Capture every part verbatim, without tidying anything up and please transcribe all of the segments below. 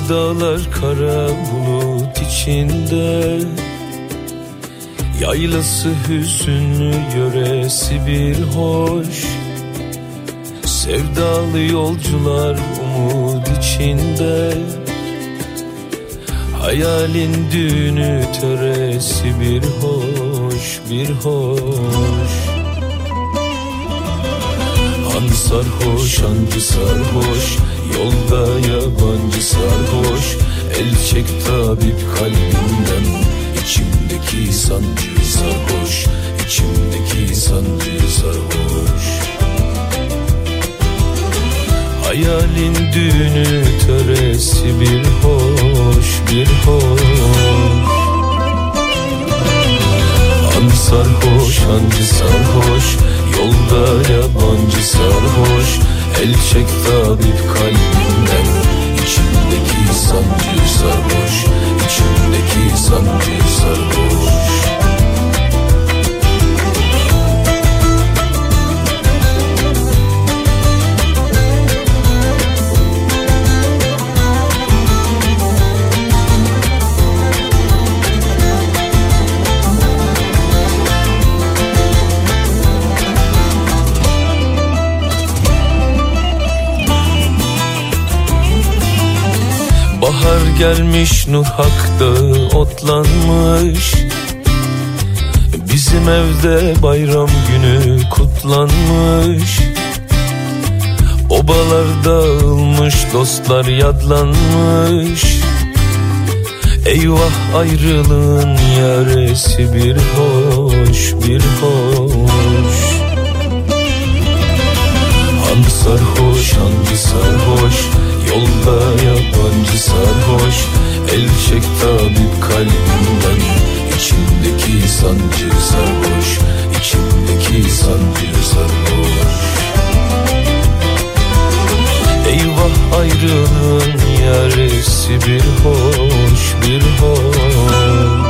dağlar kara bulut içinde, yaylası hüzünlü yöresi bir hoş. Sevdalı yolcular umut içinde, hayalin düğünü töresi bir hoş, bir hoş. Han sarhoş, hancı sarhoş, yolda yabancı sarhoş. El çek tabip kalbimden, içimdeki sancı sarhoş, içimdeki sancı sarhoş. Hayalin düğünü töresi bir hoş, bir hoş. Han sarhoş, hancı sarhoş, yolda yabancı sarhoş. El çek tabip kalbimden, içimdeki sancı sarhoş, içimdeki sancı sarhoş. Bahar gelmiş, Nur Hak Dağı otlanmış. Bizim evde bayram günü kutlanmış. Obalar dağılmış, dostlar yadlanmış. Eyvah ayrılığın yaresi bir hoş, bir hoş. Han sarhoş, hancı sarhoş, yolda yabancı sarhoş. El çek tabip kalbimden, içimdeki sancı sarhoş, içimdeki sancı sarhoş. Eyvah ayrılığın yaresi bir hoş, bir hoş.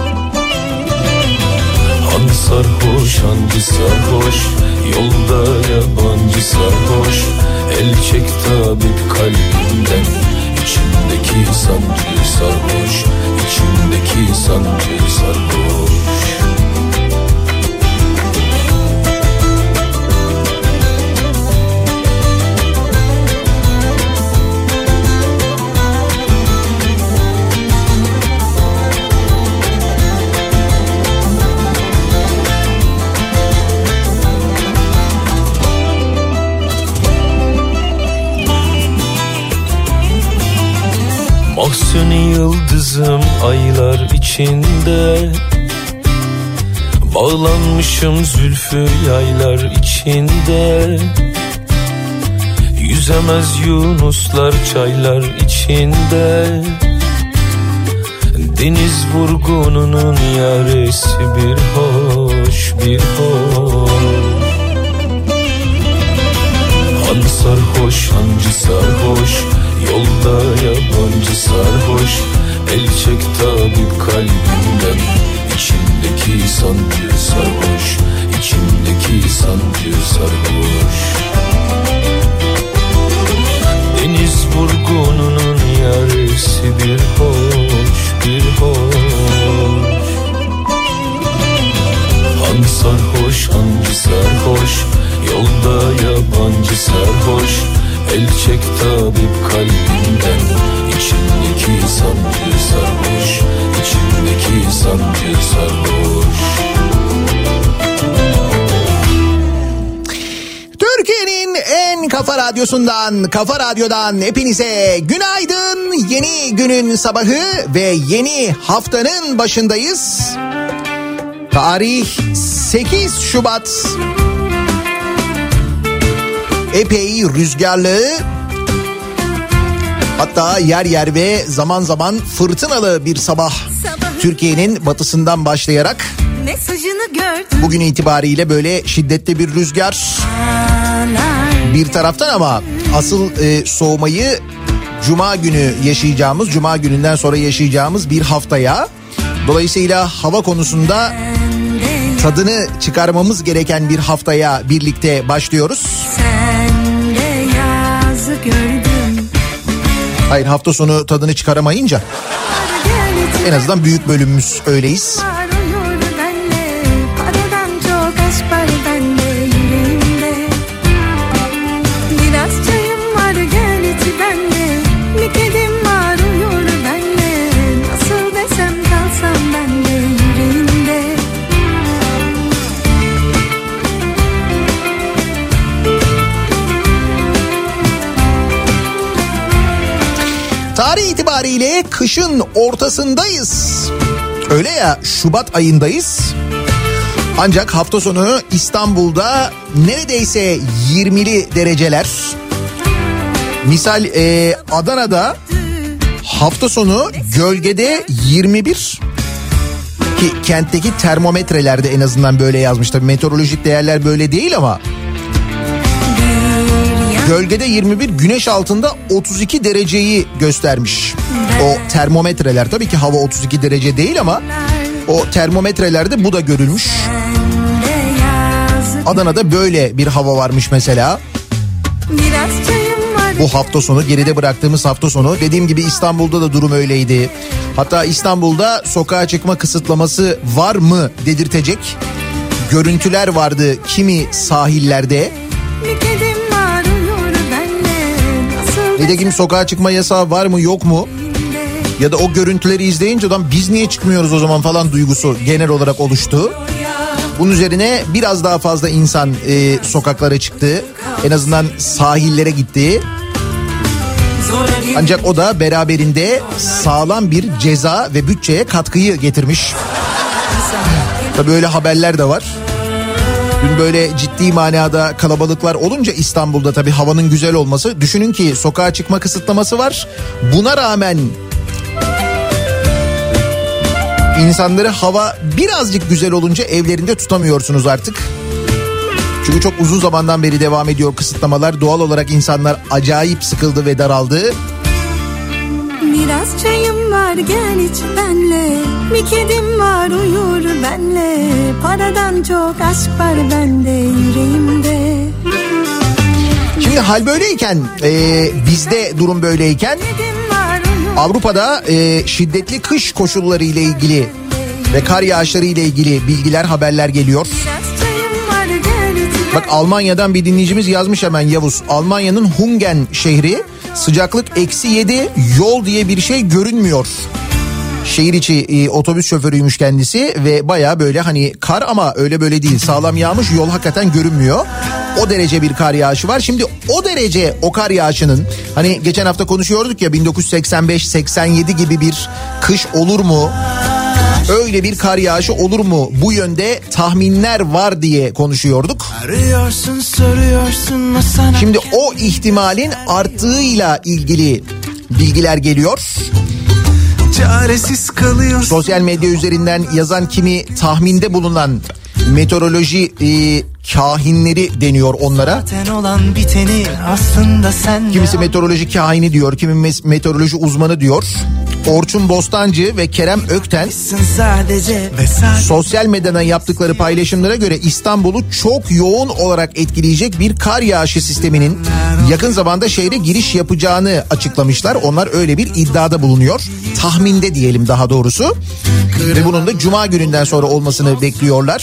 Han sarhoş, hancı sarhoş, yolda yabancı sarhoş. El çek tabip kalbimden, içimdeki sancı sarhoş, içimdeki sancı sarhoş. Mahsuni yıldızım aylar içinde, bağlanmışım zülfü yaylar içinde. Yüzemez yunuslar çaylar içinde, deniz vurgununun yaresi bir hoş, bir hoş. Han sarhoş, hancı sarhoş, yolda yabancı sarhoş. El çek tabip kalbimden, içimdeki sancı sarhoş, içimdeki sancı sarhoş. Deniz vurgununun yaresi bir hoş, bir hoş. Han sarhoş, hancı sarhoş, yolda yabancı sarhoş. El çek tabip kalbimden, içimdeki sancı sarhoş, içimdeki sancı sarhoş. Türkiye'nin en kafa radyosundan, Kafa Radyo'dan hepinize günaydın. Yeni günün sabahı ve yeni haftanın başındayız. Tarih sekiz Şubat. Epey rüzgarlı, hatta yer yer ve zaman zaman fırtınalı bir sabah. Türkiye'nin batısından başlayarak bugün itibariyle böyle şiddetli bir rüzgar bir taraftan, ama asıl e, soğumayı Cuma günü yaşayacağımız, Cuma gününden sonra yaşayacağımız bir haftaya. Dolayısıyla hava konusunda tadını çıkarmamız gereken bir haftaya birlikte başlıyoruz. Sen de yazı gördüm, Hayır, hafta sonu tadını çıkaramayınca en azından büyük bölümümüz öyleyiz. Tarih itibariyle kışın ortasındayız. Öyle ya, Şubat ayındayız. Ancak hafta sonu İstanbul'da neredeyse yirmili dereceler. Misal e, Adana'da hafta sonu gölgede yirmi bir, ki kentteki termometrelerde en azından böyle yazmış. Tabii meteorolojik değerler böyle değil ama gölgede yirmi bir, güneş altında otuz iki dereceyi göstermiş. O termometreler, tabii ki hava otuz iki derece değil ama o termometrelerde bu da görülmüş. Adana'da böyle bir hava varmış mesela. Bu hafta sonu, geride bıraktığımız hafta sonu. Dediğim gibi İstanbul'da da durum öyleydi. Hatta İstanbul'da sokağa çıkma kısıtlaması var mı dedirtecek görüntüler vardı kimi sahillerde. Nitekim sokağa çıkma yasağı var mı yok mu? Ya da o görüntüleri izleyince adam biz niye çıkmıyoruz o zaman falan duygusu genel olarak oluştu. Bunun üzerine biraz daha fazla insan e, sokaklara çıktı. En azından sahillere gitti. Ancak o da beraberinde sağlam bir ceza ve bütçeye katkıyı getirmiş. Tabii öyle haberler de var. Dün böyle ciddi manada kalabalıklar olunca İstanbul'da, tabii havanın güzel olması. Düşünün ki sokağa çıkma kısıtlaması var. Buna rağmen insanları hava birazcık güzel olunca evlerinde tutamıyorsunuz artık. Çünkü çok uzun zamandan beri devam ediyor kısıtlamalar. Doğal olarak insanlar acayip sıkıldı ve daraldı. Biraz çayım var, gel iç benle. Bir kedim var, uyur benle. Paradan çok aşk var bende, yüreğimde. Şimdi hal böyleyken, e, bizde durum böyleyken, Avrupa'da e, şiddetli kış koşulları ile ilgili ve kar yağışları ile ilgili bilgiler, haberler geliyor. Bak, Almanya'dan bir dinleyicimiz yazmış hemen, Yavuz. Almanya'nın Hungen şehri, sıcaklık eksi yedi, yol diye bir şey görünmüyor. Şehir içi e, otobüs şoförüymüş kendisi ve baya böyle hani kar ama öyle böyle değil, sağlam yağmış, yol hakikaten görünmüyor. O derece bir kar yağışı var. Şimdi o derece o kar yağışının, hani geçen hafta konuşuyorduk ya, bin dokuz yüz seksen beş seksen yedi gibi bir kış olur mu? Öyle bir kar yağışı olur mu? Bu yönde tahminler var diye konuşuyorduk. Arıyorsun, soruyorsun, sana... Şimdi o ihtimalin arttığıyla ilgili bilgiler geliyor. Çaresiz kalıyorsun. Sosyal medya üzerinden yazan kimi tahminde bulunan meteoroloji e, kahinleri deniyor onlara. Olan biteni aslında sen. Kimisi meteoroloji kahini diyor, kimi meteoroloji uzmanı diyor. Orçun Bostancı ve Kerem Ökten sadece sadece. sosyal medyadan yaptıkları paylaşımlara göre İstanbul'u çok yoğun olarak etkileyecek bir kar yağışı sisteminin yakın zamanda şehre giriş yapacağını açıklamışlar. Onlar öyle bir iddiada bulunuyor. Tahminde diyelim daha doğrusu. Ve bunun da Cuma gününden sonra olmasını bekliyorlar.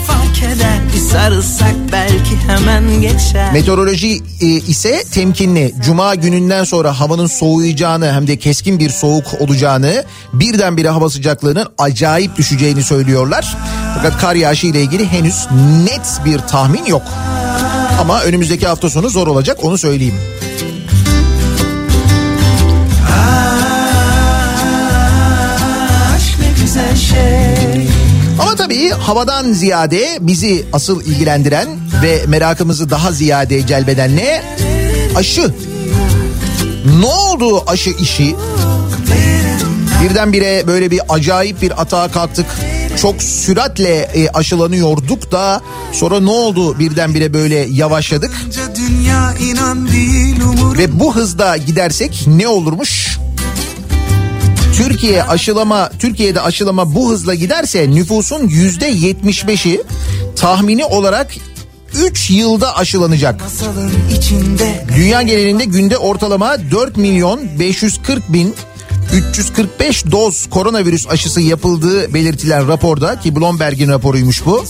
Belki hemen geçer. Meteoroloji e, ise temkinli. Cuma gününden sonra havanın soğuyacağını, hem de keskin bir soğuk olacağını, birdenbire hava sıcaklığının acayip düşeceğini söylüyorlar. Fakat kar yağışı ile ilgili henüz net bir tahmin yok. Ama önümüzdeki hafta sonu zor olacak, onu söyleyeyim. Aşk ne güzel şey. Ama tabii havadan ziyade bizi asıl ilgilendiren ve merakımızı daha ziyade celbeden ne? Aşı. Ne oldu aşı işi? Birdenbire böyle bir acayip bir atağa kalktık. Çok süratle e, aşılanıyorduk da sonra ne oldu, birdenbire böyle yavaşladık? Ve bu hızda gidersek ne olurmuş? Türkiye aşılama, Türkiye'de aşılama bu hızla giderse nüfusun yüzde yetmiş beşi tahmini olarak üç yılda aşılanacak. Dünya genelinde günde ortalama dört milyon beş yüz kırk bin üç yüz kırk beş doz koronavirüs aşısı yapıldığı belirtilen raporda, ki Bloomberg'in raporuymuş bu.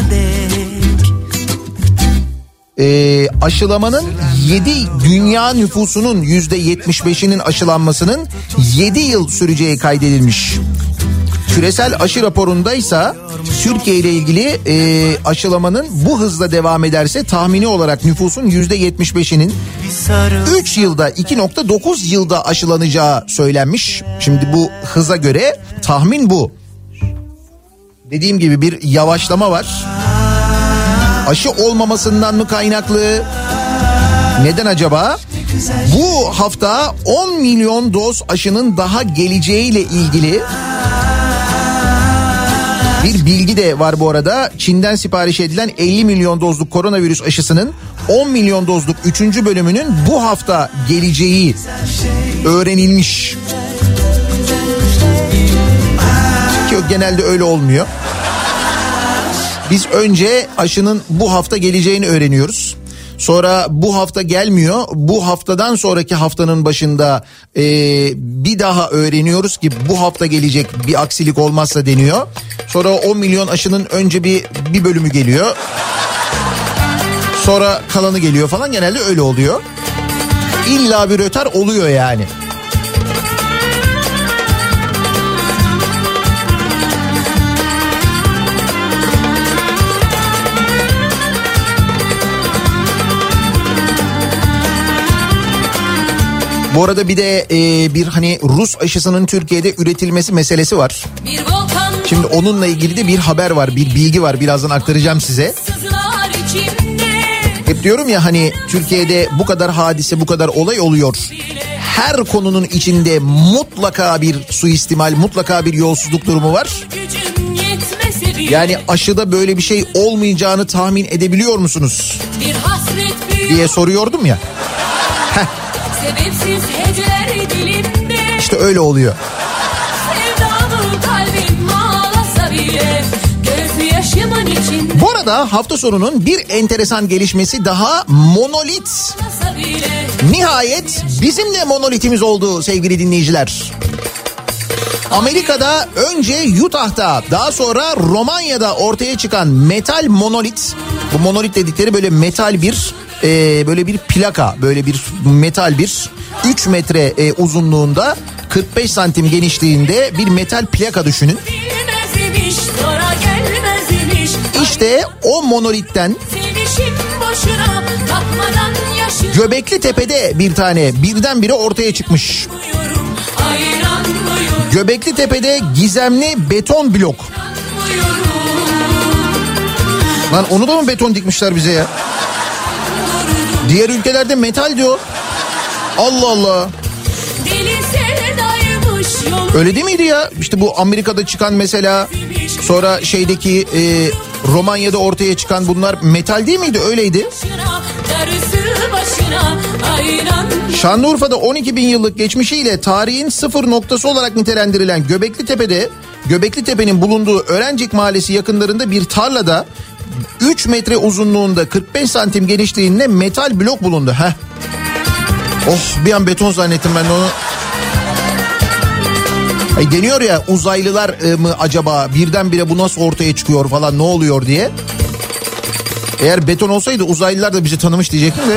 Ee, aşılamanın yedi dünya nüfusunun yüzde yetmiş beşinin aşılanmasının yedi yıl süreceği kaydedilmiş. Küresel aşı raporunda ise Türkiye ile ilgili e, aşılamanın bu hızla devam ederse tahmini olarak nüfusun yüzde yetmiş beşinin üç yılda iki nokta dokuz yılda aşılanacağı söylenmiş. Şimdi bu hıza göre tahmin bu. Dediğim gibi bir yavaşlama var. Aşı olmamasından mı kaynaklı? Neden acaba? Bu hafta on milyon doz aşının daha geleceğiyle ilgili bir bilgi de var bu arada. Çin'den sipariş edilen elli milyon dozluk koronavirüs aşısının on milyon dozluk üçüncü bölümünün bu hafta geleceği öğrenilmiş. Ki genelde öyle olmuyor. Biz önce aşının bu hafta geleceğini öğreniyoruz. Sonra bu hafta gelmiyor. Bu haftadan sonraki haftanın başında e, bir daha öğreniyoruz ki bu hafta gelecek, bir aksilik olmazsa deniyor. Sonra on milyon aşının önce bir bir bölümü geliyor. Sonra kalanı geliyor falan, genelde öyle oluyor. İlla bir rötar oluyor yani. Bu arada bir de e, bir hani Rus aşısının Türkiye'de üretilmesi meselesi var. Şimdi onunla ilgili de bir haber var, bir bilgi var, birazdan aktaracağım size. Hep diyorum ya hani Türkiye'de bu kadar hadise, bu kadar olay oluyor. Her konunun içinde mutlaka bir suistimal, mutlaka bir yolsuzluk durumu var. Yani aşıda böyle bir şey olmayacağını tahmin edebiliyor musunuz diye soruyordum ya. Heh. Sebepsiz heceler dilimde. İşte öyle oluyor. Sevdamı kalbim ağlasa bile gözyaşımın içinde. Bu arada hafta sonunun bir enteresan gelişmesi daha: monolit. Nihayet bizim de monolitimiz oldu sevgili dinleyiciler. Amerika'da önce Utah'ta, daha sonra Romanya'da ortaya çıkan metal monolit. Bu monolit dedikleri böyle metal bir e, böyle bir plaka, böyle bir metal bir üç metre e, uzunluğunda, kırk beş santim genişliğinde bir metal plaka düşünün. İşte o monolitten Göbekli Tepe'de bir tane birdenbire ortaya çıkmış. Göbekli Tepe'de gizemli beton blok. Lan onu da mı beton dikmişler bize ya? Diğer ülkelerde metal diyor. Allah Allah. Öyle değil miydi ya? İşte bu Amerika'da çıkan mesela, sonra şeydeki e, Romanya'da ortaya çıkan bunlar metal değil miydi? Öyleydi. Şanlıurfa'da on iki bin yıllık geçmişiyle tarihin sıfır noktası olarak nitelendirilen Göbekli Tepe'de, Göbekli Tepe'nin bulunduğu Örencik Mahallesi yakınlarında bir tarlada üç metre uzunluğunda, kırk beş santim genişliğinde metal blok bulundu. Heh. Oh, bir an beton zannettim ben de onu. Ay, deniyor ya, uzaylılar mı acaba, birdenbire bu nasıl ortaya çıkıyor falan, ne oluyor diye. Eğer beton olsaydı uzaylılar da bizi tanımış diyecektim de.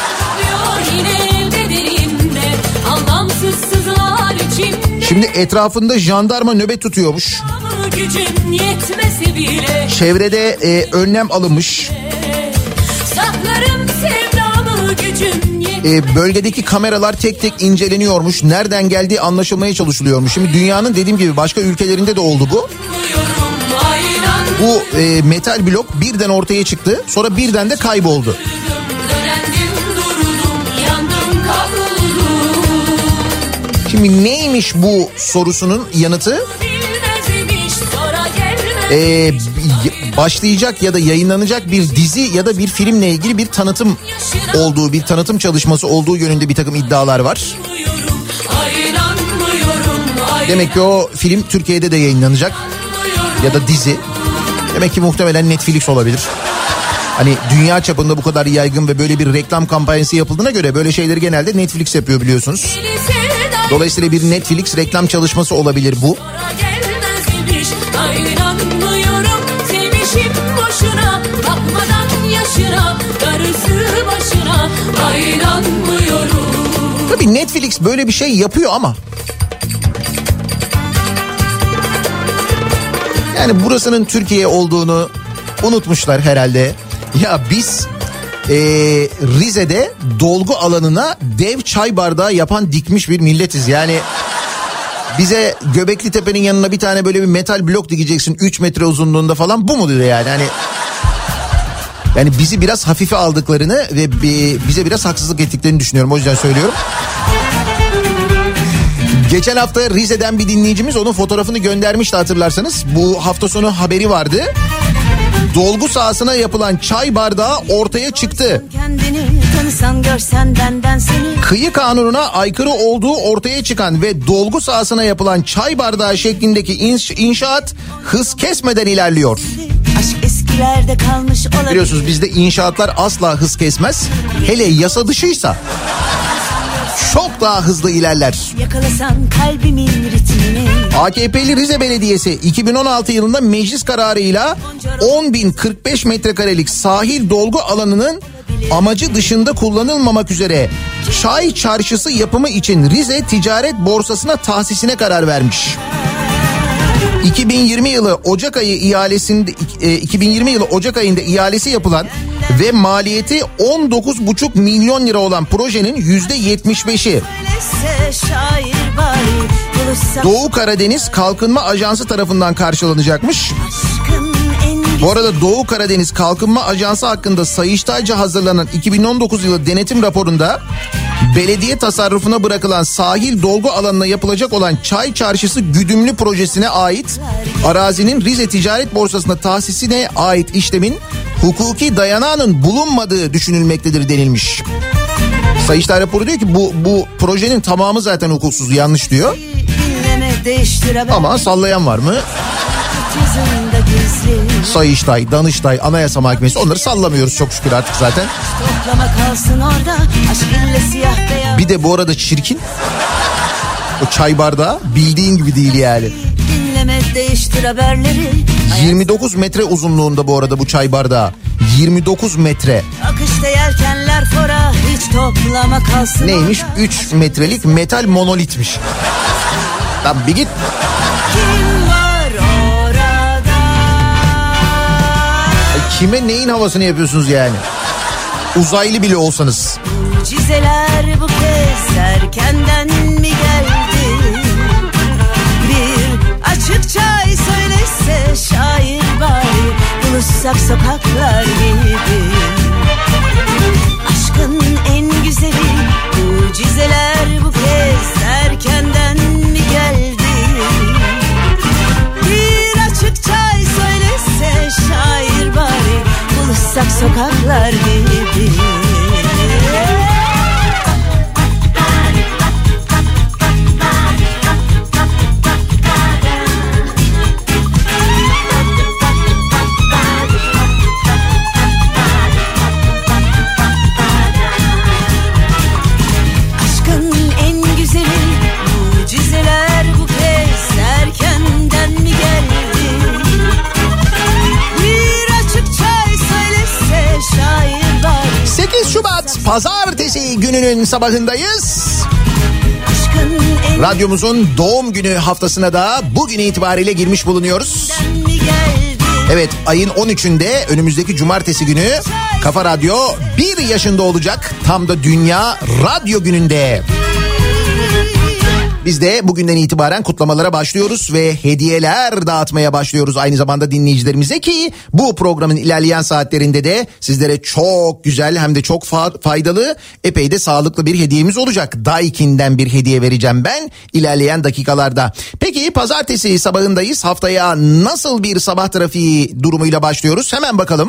Şimdi etrafında jandarma nöbet tutuyormuş. Çevrede e, önlem alınmış. E, bölgedeki kameralar tek tek inceleniyormuş. Nereden geldiği anlaşılmaya çalışılıyormuş. Şimdi dünyanın dediğim gibi başka ülkelerinde de oldu bu. Bu e, metal blok birden ortaya çıktı. Sonra birden de kayboldu. Şimdi neymiş bu sorusunun yanıtı? Ee, başlayacak ya da yayınlanacak bir dizi ya da bir filmle ilgili bir tanıtım olduğu, bir tanıtım çalışması olduğu yönünde bir takım iddialar var. Demek ki o film Türkiye'de de yayınlanacak ya da dizi. Demek ki muhtemelen Netflix olabilir. Hani dünya çapında bu kadar yaygın ve böyle bir reklam kampanyası yapıldığına göre böyle şeyleri genelde Netflix yapıyor biliyorsunuz. Dolayısıyla bir Netflix reklam çalışması olabilir bu. Tabii Netflix böyle bir şey yapıyor ama yani burasının Türkiye olduğunu unutmuşlar herhalde. Ya biz e, Rize'de dolgu alanına dev çay bardağı yapan dikmiş bir milletiz. Yani bize Göbekli Tepe'nin yanına bir tane böyle bir metal blok dikeceksin üç metre uzunluğunda falan, bu mu diyor yani? Hani yani bizi biraz hafife aldıklarını ve bize biraz haksızlık ettiklerini düşünüyorum, o yüzden söylüyorum. Geçen hafta Rize'den bir dinleyicimiz onun fotoğrafını göndermişti, hatırlarsanız. Bu hafta sonu haberi vardı. Dolgu sahasına yapılan çay bardağı ortaya çıktı. Tanısan, görsen benden seni. Kıyı kanununa aykırı olduğu ortaya çıkan ve dolgu sahasına yapılan çay bardağı şeklindeki inş, inşaat hız kesmeden ilerliyor. Aşk eskilerde kalmış olabilir. Biliyorsunuz bizde inşaatlar asla hız kesmez. Hele yasa dışıysa çok daha hızlı ilerler. Yakalasan kalbimin ritmini. A K P'li Rize Belediyesi iki bin on altı yılında meclis kararıyla on bin kırk beş metrekarelik sahil dolgu alanının amacı dışında kullanılmamak üzere çay çarşısı yapımı için Rize Ticaret Borsası'na tahsisine karar vermiş. iki bin yirmi yılı Ocak ayı ihalesinde iki bin yirmi yılı Ocak ayında ihalesi yapılan ve maliyeti on dokuz buçuk milyon lira olan projenin yüzde yetmiş beşi Doğu Karadeniz Kalkınma Ajansı tarafından karşılanacakmış. Bu arada Doğu Karadeniz Kalkınma Ajansı hakkında Sayıştay'ca hazırlanan iki bin on dokuz yılı denetim raporunda belediye tasarrufuna bırakılan sahil dolgu alanına yapılacak olan Çay Çarşısı Güdümlü projesine ait arazinin Rize Ticaret Borsası'na tahsisine ait işlemin hukuki dayanağının bulunmadığı düşünülmektedir denilmiş. Sayıştay raporu diyor ki bu bu projenin tamamı zaten hukuksuz, yanlış diyor. Ama sallayan var mı? Sayıştay, Danıştay, Anayasa Mahkemesi, onları sallamıyoruz çok şükür artık zaten. Bir de bu arada çirkin. O çay bardağı bildiğin gibi değil yani. yirmi dokuz metre uzunluğunda bu arada bu çay bardağı. yirmi dokuz metre. Akışta yelkenler fora, hiç toplama kalsın. Neymiş? üç metrelik metal monolitmiş. Lan bir git. Kim var orada? Ay, kime neyin havasını yapıyorsunuz yani? Uzaylı bile olsanız. Mucizeler bu kez erkenden mi geldi? Bir açık çay söylese şair bari, buluşsak sokaklar gibi. Aşkın en güzeli mucizeler bu kez erkenden mi geldi? Bir açık çay söylese şair bari, buluşsak sokaklar gibi. sekiz Şubat Pazartesi gününün sabahındayız. Radyomuzun doğum günü haftasına da bugün itibariyle girmiş bulunuyoruz. Evet, ayın on üçünde önümüzdeki cumartesi günü Kafa Radyo bir yaşında olacak. Tam da Dünya Radyo Günü'nde. Biz de bugünden itibaren kutlamalara başlıyoruz ve hediyeler dağıtmaya başlıyoruz aynı zamanda dinleyicilerimize, ki bu programın ilerleyen saatlerinde de sizlere çok güzel hem de çok faydalı, epey de sağlıklı bir hediyemiz olacak. Daikin'den bir hediye vereceğim ben ilerleyen dakikalarda. Peki pazartesi sabahındayız. Haftaya nasıl bir sabah trafiği durumuyla başlıyoruz? Hemen bakalım.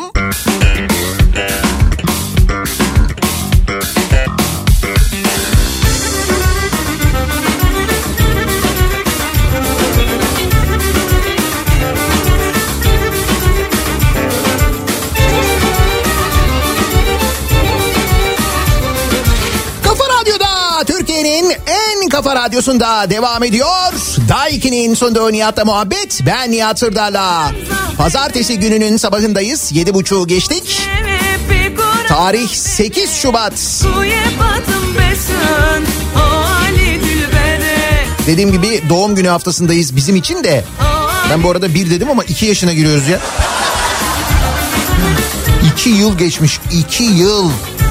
Kafa Radyosu'nda devam ediyor. Daiki'nin sunduğu Nihat'la muhabbet. Ben Nihat Sırdar'la. Pazartesi gününün sabahındayız. Yedi buçuğu geçtik. Tarih sekiz Şubat. Dediğim gibi doğum günü haftasındayız bizim için de. Ben bu arada bir dedim ama iki yaşına giriyoruz ya. İki yıl geçmiş. iki yıl.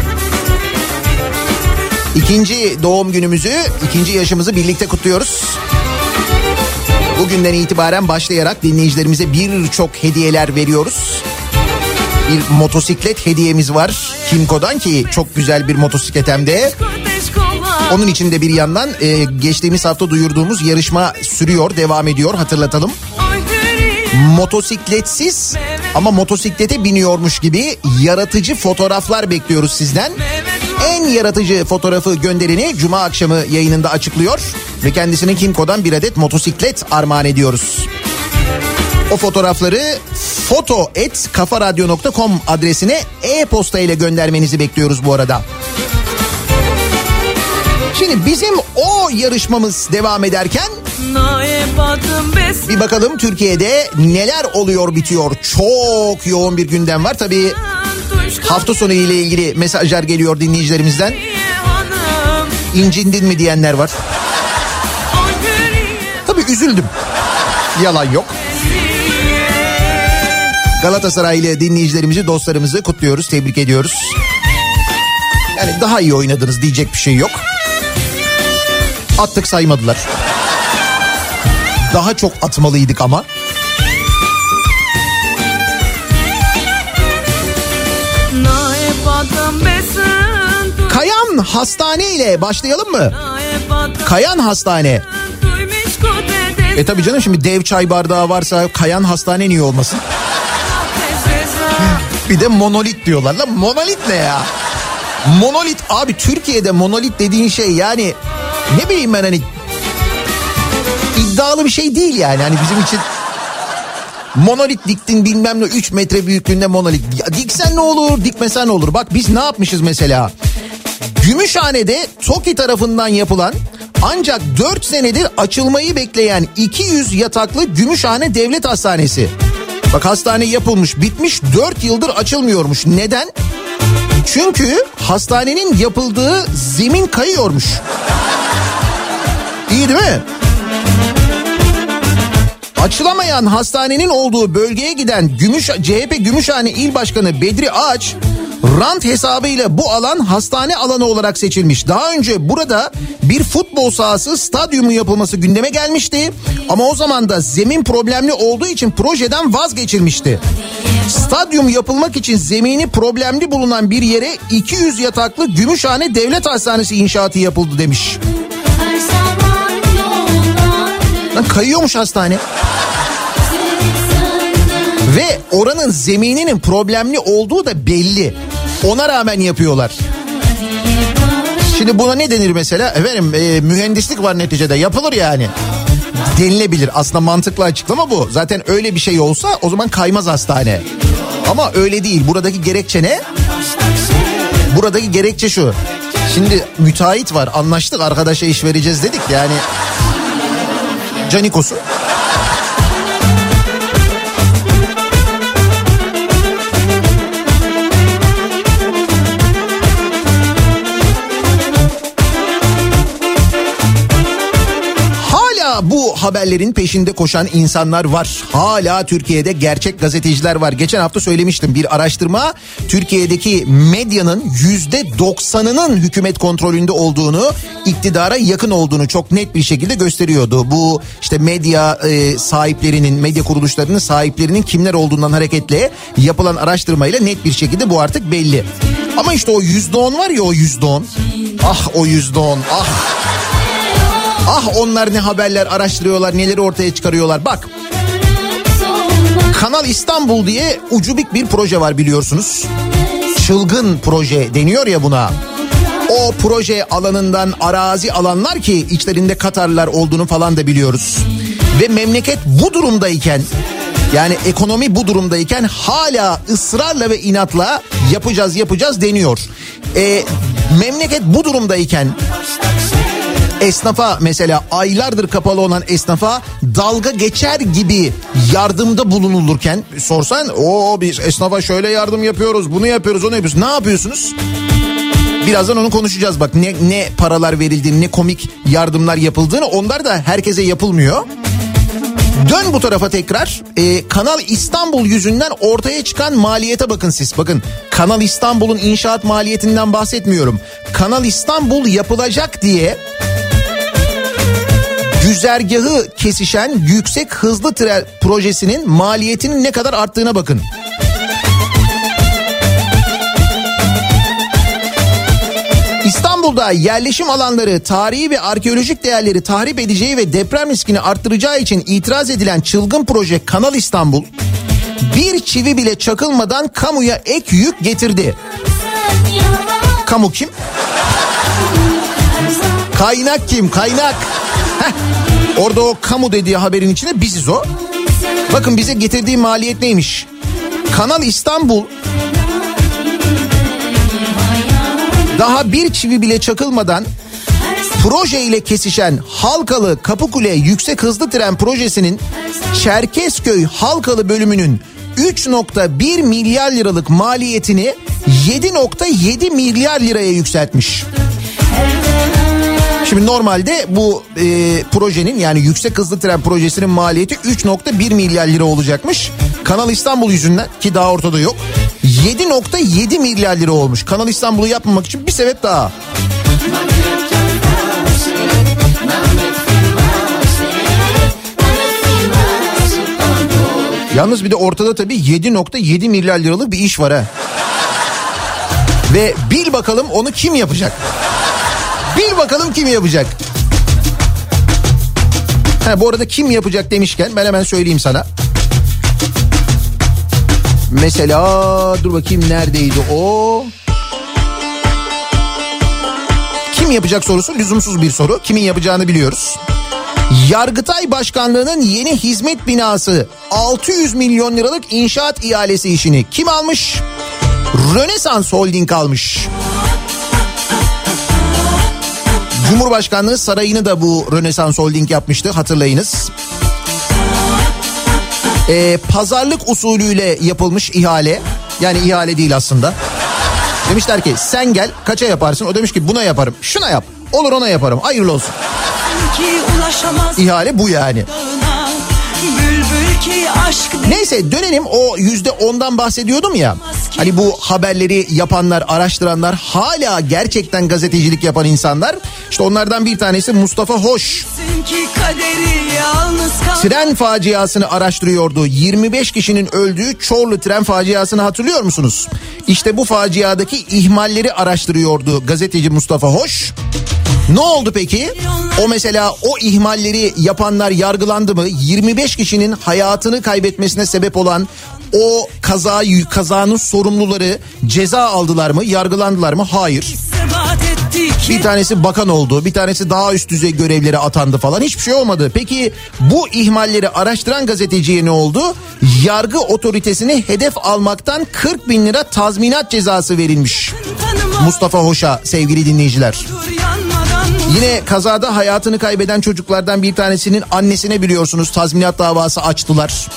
İkinci doğum günümüzü, ikinci yaşımızı birlikte kutluyoruz. Bugünden itibaren başlayarak dinleyicilerimize birçok hediyeler veriyoruz. Bir motosiklet hediyemiz var Kimco'dan ki çok güzel bir motosiklet hem de. Onun için de bir yandan e, geçtiğimiz hafta duyurduğumuz yarışma sürüyor, devam ediyor, hatırlatalım. Motosikletsiz ama motosiklete biniyormuş gibi yaratıcı fotoğraflar bekliyoruz sizden. En yaratıcı fotoğrafı göndereni Cuma akşamı yayınında açıklıyor ve kendisine Kimco'dan bir adet motosiklet armağan ediyoruz. O fotoğrafları foto et kafaradyo nokta com adresine e-posta ile göndermenizi bekliyoruz bu arada. Şimdi bizim o yarışmamız devam ederken bir bakalım Türkiye'de neler oluyor bitiyor. Çok yoğun bir gündem var. Tabii hafta sonu ile ilgili mesajlar geliyor dinleyicilerimizden. İncindin mi diyenler var. Tabii üzüldüm. Yalan yok. Galatasaraylı dinleyicilerimizi, dostlarımızı kutluyoruz, tebrik ediyoruz. Yani daha iyi oynadınız diyecek bir şey yok. Attık saymadılar. Daha çok atmalıydık ama. Kayan Hastane ile başlayalım mı? Kayan Hastane. E tabii canım, şimdi dev çay bardağı varsa Kayan Hastane niye olmasın? Bir de monolit diyorlar. Lan monolit ne ya? Monolit abi, Türkiye'de monolit dediğin şey yani ne bileyim ben, hani iddialı bir şey değil yani. Hani bizim için monolit diktin bilmem ne, üç metre büyüklüğünde monolit. Ya diksen ne olur, dikmesen ne olur? Bak biz ne yapmışız mesela? Gümüşhane'de TOKİ tarafından yapılan ancak dört senedir açılmayı bekleyen iki yüz yataklı Gümüşhane Devlet Hastanesi. Bak hastane yapılmış, bitmiş, dört yıldır açılmıyormuş. Neden? Çünkü hastanenin yapıldığı zemin kayıyormuş. İyi değil mi? Açılamayan hastanenin olduğu bölgeye giden Gümüş, C H P Gümüşhane İl Başkanı Bedri Ağaç, rant hesabıyla bu alan hastane alanı olarak seçilmiş. Daha önce burada bir futbol sahası, stadyumu yapılması gündeme gelmişti. Ama o zaman da zemin problemli olduğu için projeden vazgeçilmişti. Stadyum yapılmak için zemini problemli bulunan bir yere iki yüz yataklı Gümüşhane Devlet Hastanesi inşaatı yapıldı demiş. Lan kayıyormuş hastane. Ve oranın zemininin problemli olduğu da belli. Ona rağmen yapıyorlar. Şimdi buna ne denir mesela? Efendim e, mühendislik var neticede, yapılır yani. Denilebilir. Aslında mantıklı açıklama bu. Zaten öyle bir şey olsa o zaman kaymaz hastane. Ama öyle değil. Buradaki gerekçe ne? Buradaki gerekçe şu. Şimdi müteahhit var, anlaştık, arkadaşa iş vereceğiz dedik yani. Canikosu. Bu haberlerin peşinde koşan insanlar var. Hala Türkiye'de gerçek gazeteciler var. Geçen hafta söylemiştim, bir araştırma Türkiye'deki medyanın yüzde doksanının hükümet kontrolünde olduğunu, iktidara yakın olduğunu çok net bir şekilde gösteriyordu. Bu işte medya e, sahiplerinin, medya kuruluşlarının sahiplerinin kimler olduğundan hareketle yapılan araştırmayla net bir şekilde bu artık belli. Ama işte o yüzde on var ya, o yüzde on. Ah o yüzde on, ah. Ah onlar ne haberler araştırıyorlar, neleri ortaya çıkarıyorlar. Bak, Kanal İstanbul diye ucubik bir proje var biliyorsunuz. Çılgın proje deniyor ya buna. O proje alanından arazi alanlar ki içlerinde Katarlılar olduğunu falan da biliyoruz. Ve memleket bu durumdayken, yani ekonomi bu durumdayken hala ısrarla ve inatla yapacağız yapacağız deniyor. E, memleket bu durumdayken Esnafa mesela aylardır kapalı olan esnafa dalga geçer gibi yardımda bulunulurken sorsan o biz esnafa şöyle yardım yapıyoruz, bunu yapıyoruz, onu yapıyoruz. Ne yapıyorsunuz? Birazdan onu konuşacağız bak ne, ne paralar verildiğini, ne komik yardımlar yapıldığını, onlar da herkese yapılmıyor. Dön bu tarafa tekrar. Ee, Kanal İstanbul yüzünden ortaya çıkan maliyete bakın siz. Bakın Kanal İstanbul'un inşaat maliyetinden bahsetmiyorum. Kanal İstanbul yapılacak diye güzergahı kesişen yüksek hızlı tren projesinin maliyetinin ne kadar arttığına bakın. İstanbul'da yerleşim alanları, tarihi ve arkeolojik değerleri tahrip edeceği ve deprem riskini arttıracağı için itiraz edilen çılgın proje Kanal İstanbul, bir çivi bile çakılmadan kamuya ek yük getirdi. Kamu kim? Kaynak kim? Kaynak. Heh. Orada o kamu dediği haberin içinde biziz o. Bakın bize getirdiği maliyet neymiş? Kanal İstanbul daha bir çivi bile çakılmadan proje ile kesişen Halkalı Kapıkule yüksek hızlı tren projesinin Çerkezköy Halkalı bölümünün üç nokta bir milyar liralık maliyetini yedi nokta yedi milyar liraya yükseltmiş. Şimdi normalde bu e, projenin, yani yüksek hızlı tren projesinin maliyeti üç nokta bir milyar lira olacakmış. Kanal İstanbul yüzünden, ki daha ortada yok, yedi nokta yedi milyar lira olmuş. Kanal İstanbul'u yapmamak için bir sebep daha. Yalnız bir de ortada tabii yedi nokta yedi milyar liralık bir iş var ha. Ve bil bakalım onu kim yapacak? Bil bakalım kim yapacak? Ha, bu arada kim yapacak demişken ben hemen söyleyeyim sana. Mesela dur bakayım neredeydi o? Kim yapacak sorusu lüzumsuz bir soru. Kimin yapacağını biliyoruz. Yargıtay Başkanlığı'nın yeni hizmet binası altı yüz milyon liralık inşaat ihalesi işini kim almış? Rönesans Holding almış. Cumhurbaşkanlığı sarayını da bu Rönesans Holding yapmıştı, hatırlayınız. Ee, pazarlık usulüyle yapılmış ihale. Yani ihale değil aslında. Demişler ki sen gel, kaça yaparsın? O demiş ki buna yaparım. Şuna yap. Olur, ona yaparım. Hayırlı olsun. İhale bu yani. Neyse dönelim, o yüzde ondan bahsediyordum ya. Hani bu haberleri yapanlar, araştıranlar, hala gerçekten gazetecilik yapan insanlar. İşte onlardan bir tanesi Mustafa Hoş. Tren faciasını araştırıyordu. yirmi beş kişinin öldüğü Çorlu tren faciasını hatırlıyor musunuz? İşte bu faciadaki ihmalleri araştırıyordu gazeteci Mustafa Hoş. Ne oldu peki? O mesela o ihmalleri yapanlar yargılandı mı? yirmi beş kişinin hayatını kaybetmesine sebep olan o kaza, kazanın sorumluları ceza aldılar mı? Yargılandılar mı? Hayır. Bir tanesi bakan oldu, bir tanesi daha üst düzey görevlere atandı falan, hiçbir şey olmadı. Peki bu ihmalleri araştıran gazeteciye ne oldu? Yargı otoritesini hedef almaktan kırk bin lira tazminat cezası verilmiş Mustafa Hoş'a, sevgili dinleyiciler. Yine kazada hayatını kaybeden çocuklardan bir tanesinin annesine biliyorsunuz tazminat davası açtılar.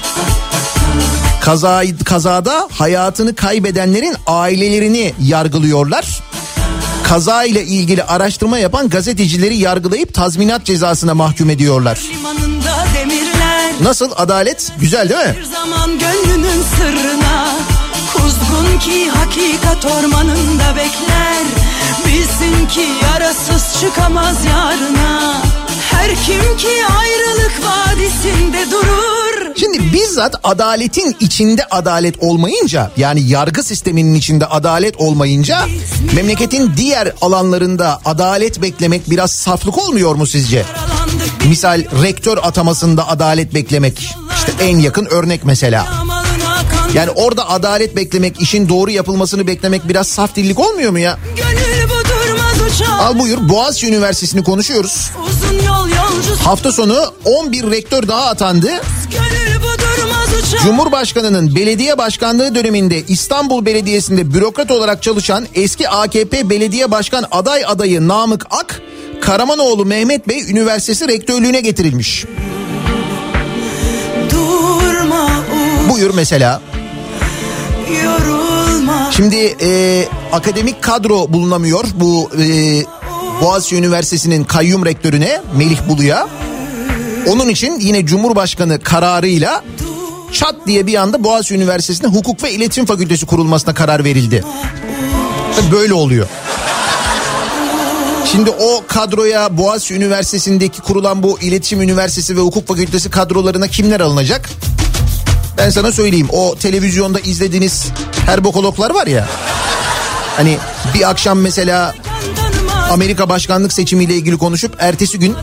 Kaza, kazada hayatını kaybedenlerin ailelerini yargılıyorlar. Kaza ile ilgili araştırma yapan gazetecileri yargılayıp tazminat cezasına mahkum ediyorlar. Nasıl, adalet? Güzel değil mi? Bir zaman gönlünün sırrına, kuzgun ki hakikat ormanında bekler. Bilsin ki yarasız çıkamaz yarına. Her kim ki ayrılık vadisinde durur. Şimdi bizzat adaletin içinde adalet olmayınca, yani yargı sisteminin içinde adalet olmayınca memleketin diğer alanlarında adalet beklemek biraz saflık olmuyor mu sizce? Misal rektör atamasında adalet beklemek, işte en yakın örnek mesela. Yani orada adalet beklemek, işin doğru yapılmasını beklemek biraz saf dillik olmuyor mu ya? Al buyur, Boğaziçi Üniversitesi'ni konuşuyoruz. Hafta sonu on bir rektör daha atandı. Cumhurbaşkanının belediye başkanlığı döneminde İstanbul Belediyesi'nde bürokrat olarak çalışan eski A K P belediye başkan aday adayı Namık Ak Karamanoğlu Mehmet Bey Üniversitesi rektörlüğüne getirilmiş. Durma, buyur mesela. Yorulma. Şimdi e, akademik kadro bulunamıyor bu e, Boğaziçi Üniversitesi'nin kayyum rektörüne Melih Bulu'ya. Onun için yine Cumhurbaşkanı kararıyla çat diye bir anda Boğaziçi Üniversitesi'nde Hukuk ve İletişim Fakültesi kurulmasına karar verildi. Böyle oluyor. Şimdi o kadroya Boğaziçi Üniversitesi'ndeki kurulan bu İletişim Üniversitesi ve Hukuk Fakültesi kadrolarına kimler alınacak? Ben sana söyleyeyim, o televizyonda izlediğiniz herbokologlar var ya. Hani bir akşam mesela Amerika başkanlık seçimiyle ilgili konuşup ertesi gün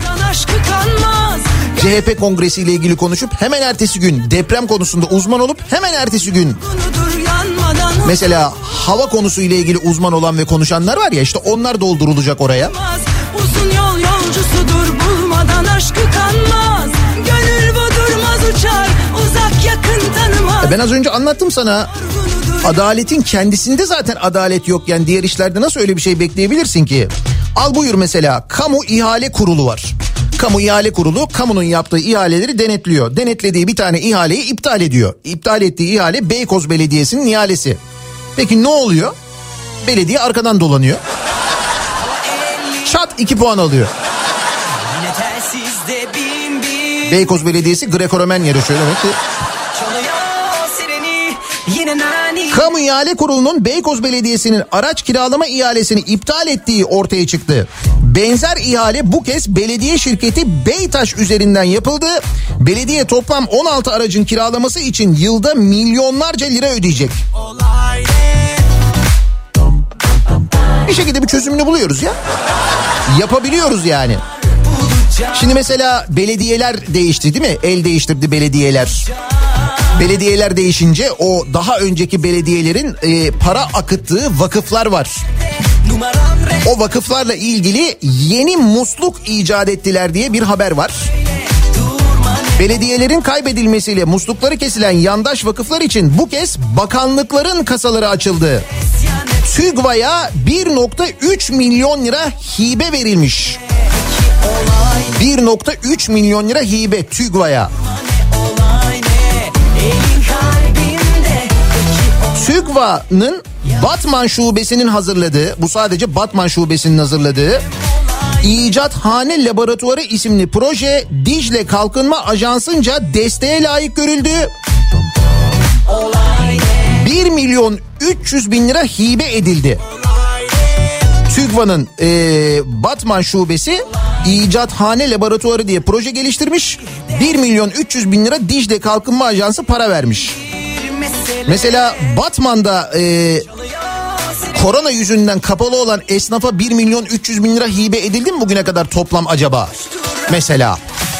C H P kongresiyle ilgili konuşup hemen ertesi gün deprem konusunda uzman olup hemen ertesi gün mesela hava konusuyla ilgili uzman olan ve konuşanlar var ya, işte onlar doldurulacak oraya. Uzun yol yolcusudur, bulmadan aşkı kanmaz. Gönül bu durmaz, uçar uzak yakın tanımaz. Ben az önce anlattım sana. Adaletin kendisinde zaten adalet yok. Yani diğer işlerde nasıl öyle bir şey bekleyebilirsin ki? Al buyur mesela, kamu ihale kurulu var. Kamu ihale kurulu kamunun yaptığı ihaleleri denetliyor. Denetlediği bir tane ihaleyi iptal ediyor. İptal ettiği ihale Beykoz Belediyesi'nin ihalesi. Peki ne oluyor? Belediye arkadan dolanıyor. Çat iki puan alıyor. Beykoz Belediyesi Greco-Romen yarışıyor demek ki. Kamu İhale Kurulu'nun Beykoz Belediyesi'nin araç kiralama ihalesini iptal ettiği ortaya çıktı. Benzer ihale bu kez belediye şirketi Beytaş üzerinden yapıldı. Belediye toplam on altı aracın kiralaması için yılda milyonlarca lira ödeyecek. Bir şekilde bir çözümünü buluyoruz ya. Yapabiliyoruz yani. Şimdi mesela belediyeler değişti değil mi? El değiştirdi belediyeler. Belediyeler değişince o daha önceki belediyelerin e, para akıttığı vakıflar var. O vakıflarla ilgili yeni musluk icat ettiler diye bir haber var. Belediyelerin kaybedilmesiyle muslukları kesilen yandaş vakıflar için bu kez bakanlıkların kasaları açıldı. TÜGVA'ya bir nokta üç milyon lira hibe verilmiş. bir nokta üç milyon lira hibe TÜGVA'ya. TÜGVA'nın Batman şubesinin hazırladığı, bu sadece Batman şubesinin hazırladığı İcathane Laboratuvarı isimli proje Dicle Kalkınma Ajansı'nca desteğe layık görüldü. bir milyon üç yüz bin lira hibe edildi. TÜGVA'nın e, Batman şubesi İcathane Laboratuvarı diye proje geliştirmiş. bir milyon üç yüz bin lira Dicle Kalkınma Ajansı para vermiş. Mesela Batman'da e, korona yüzünden kapalı olan esnafa bir milyon üç yüz bin lira hibe edildi mi bugüne kadar toplam acaba? Mesela.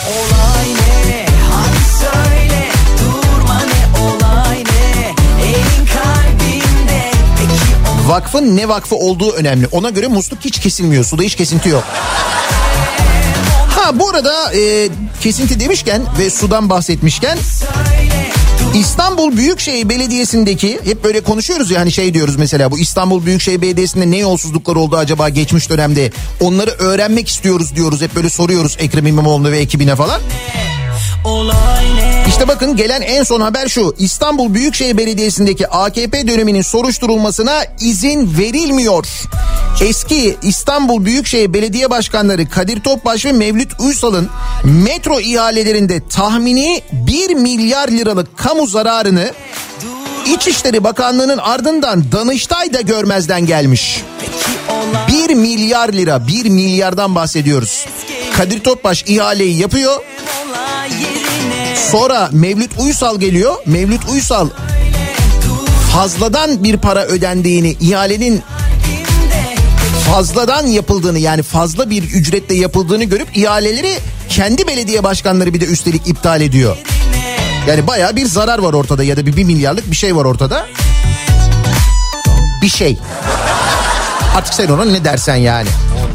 Vakfın ne vakfı olduğu önemli. Ona göre musluk hiç kesilmiyor. Suda hiç kesinti yok. Ha bu arada e, kesinti demişken ve sudan bahsetmişken İstanbul Büyükşehir Belediyesi'ndeki, hep böyle konuşuyoruz ya hani, şey diyoruz mesela, bu İstanbul Büyükşehir Belediyesi'nde ne yolsuzluklar oldu acaba geçmiş dönemde, onları öğrenmek istiyoruz diyoruz, hep böyle soruyoruz Ekrem İmamoğlu'na ve ekibine falan. İşte bakın gelen en son haber şu: İstanbul Büyükşehir Belediyesi'ndeki A K P döneminin soruşturulmasına izin verilmiyor. Eski İstanbul Büyükşehir Belediye Başkanları Kadir Topbaş ve Mevlüt Uysal'ın metro ihalelerinde tahmini bir milyar liralık kamu zararını İçişleri Bakanlığı'nın ardından Danıştay da görmezden gelmiş. bir milyar lira, bir milyardan bahsediyoruz. Kadir Topbaş ihaleyi yapıyor. Sonra Mevlüt Uysal geliyor. Mevlüt Uysal fazladan bir para ödendiğini, ihalenin fazladan yapıldığını, yani fazla bir ücretle yapıldığını görüp ihaleleri kendi belediye başkanları bir de üstelik iptal ediyor. Yani bayağı bir zarar var ortada, ya da bir, bir milyarlık bir şey var ortada. Bir şey. Artık sen ona ne dersen yani.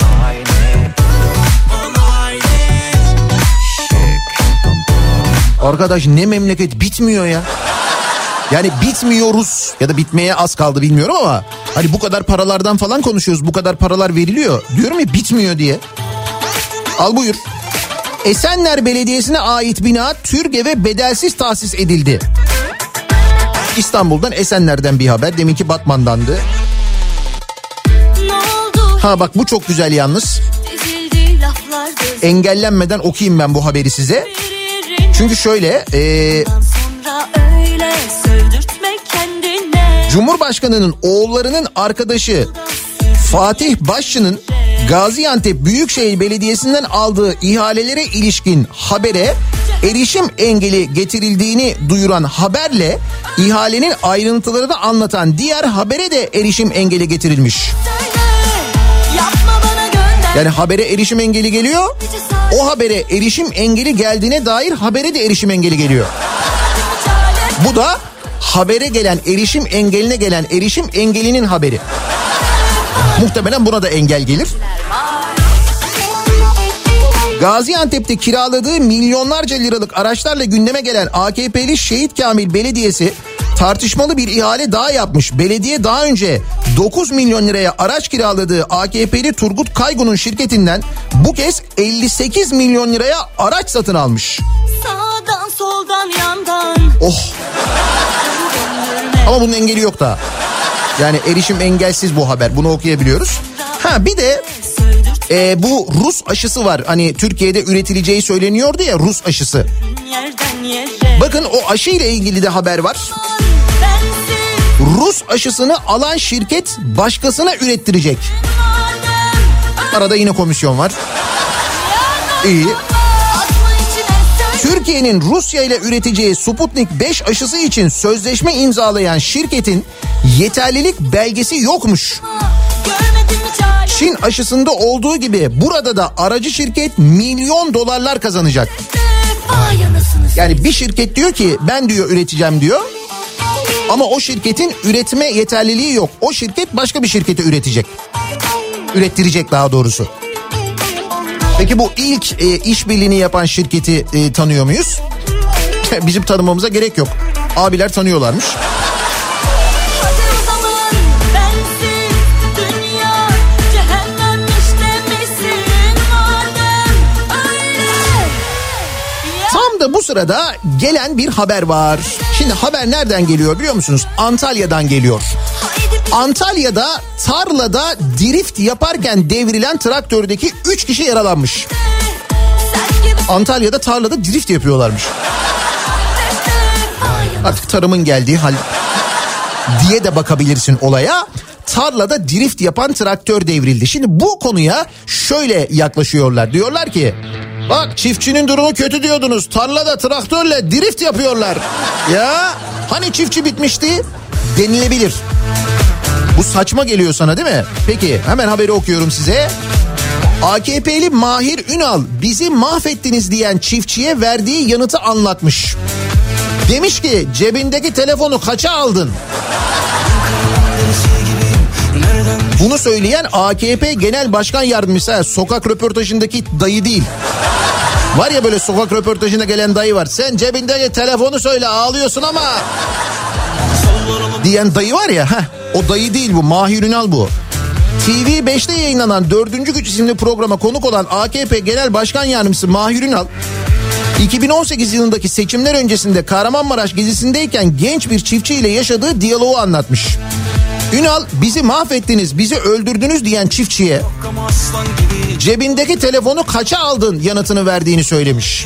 Arkadaş ne memleket, bitmiyor ya. Yani bitmiyoruz ya da bitmeye az kaldı bilmiyorum ama hani bu kadar paralardan falan konuşuyoruz. Bu kadar paralar veriliyor. Diyorum ya bitmiyor diye. Al buyur. Esenler Belediyesi'ne ait bina TÜRGEV'e bedelsiz tahsis edildi. İstanbul'dan, Esenler'den bir haber. Deminki Batman'dandı. Ha bak bu çok güzel yalnız. Engellenmeden okuyayım ben bu haberi size. Çünkü şöyle... Ee, Cumhurbaşkanı'nın oğullarının arkadaşı Fatih Başçı'nın Gaziantep Büyükşehir Belediyesi'nden aldığı ihalelere ilişkin habere erişim engeli getirildiğini duyuran haberle ihalenin ayrıntılarını anlatan diğer habere de erişim engeli getirilmiş. Yani habere erişim engeli geliyor, o habere erişim engeli geldiğine dair habere de erişim engeli geliyor. Bu da habere gelen, erişim engeline gelen erişim engelinin haberi. Muhtemelen buna da engel gelir. Gaziantep'te kiraladığı milyonlarca liralık araçlarla gündeme gelen A K P'li Şehit Kamil Belediyesi tartışmalı bir ihale daha yapmış. Belediye daha önce dokuz milyon liraya araç kiraladığı A K P'li Turgut Kaygun'un şirketinden bu kez elli sekiz milyon liraya araç satın almış. Sağdan soldan yandan. Oh. Ama bunun engeli yok da. Yani erişim engelsiz bu haber. Bunu okuyabiliyoruz. Ha bir de e, bu Rus aşısı var. Hani Türkiye'de üretileceği söyleniyordu ya, Rus aşısı. Bakın o aşı ile ilgili de haber var. Rus aşısını alan şirket başkasına ürettirecek. Arada yine komisyon var. İyi. Türkiye'nin Rusya ile üreteceği Sputnik beş aşısı için sözleşme imzalayan şirketin yeterlilik belgesi yokmuş. Çin aşısında olduğu gibi burada da aracı şirket milyon dolarlar kazanacak. Yani bir şirket diyor ki ben diyor üreteceğim diyor. Ama o şirketin üretme yeterliliği yok. O şirket başka bir şirkete üretecek. Ürettirecek daha doğrusu. Peki bu ilk e, işbirliğini yapan şirketi e, tanıyor muyuz? Bizim tanımamıza gerek yok. Abiler tanıyorlarmış. Tam da bu sırada gelen bir haber var. Şimdi haber nereden geliyor biliyor musunuz? Antalya'dan geliyor. Antalya'da tarlada drift yaparken devrilen traktördeki üç kişi yaralanmış. Antalya'da tarlada drift yapıyorlarmış. Artık tarımın geldiği hal diye de bakabilirsin olaya. Tarlada drift yapan traktör devrildi. Şimdi bu konuya şöyle yaklaşıyorlar. Diyorlar ki bak çiftçinin durumu kötü diyordunuz. Tarlada traktörle drift yapıyorlar. Ya hani çiftçi bitmişti denilebilir. Bu saçma geliyor sana değil mi? Peki hemen haberi okuyorum size. A K P'li Mahir Ünal bizi mahvettiniz diyen çiftçiye verdiği yanıtı anlatmış. Demiş ki cebindeki telefonu kaça aldın? Bunu söyleyen A K P Genel Başkan Yardımcısı, sokak röportajındaki dayı değil. Var ya böyle sokak röportajına gelen dayı var. Sen cebindeki telefonu söyle ağlıyorsun ama diyen dayı var ya. Heh, o dayı değil bu, Mahir Ünal bu. T V beşte yayınlanan dördüncü Güç isimli programa konuk olan A K P Genel Başkan Yardımcısı Mahir Ünal iki bin on sekiz yılındaki seçimler öncesinde Kahramanmaraş gezisindeyken genç bir çiftçi ile yaşadığı diyaloğu anlatmış. Ünal bizi mahvettiniz, bizi öldürdünüz diyen çiftçiye cebindeki telefonu kaça aldın yanıtını verdiğini söylemiş.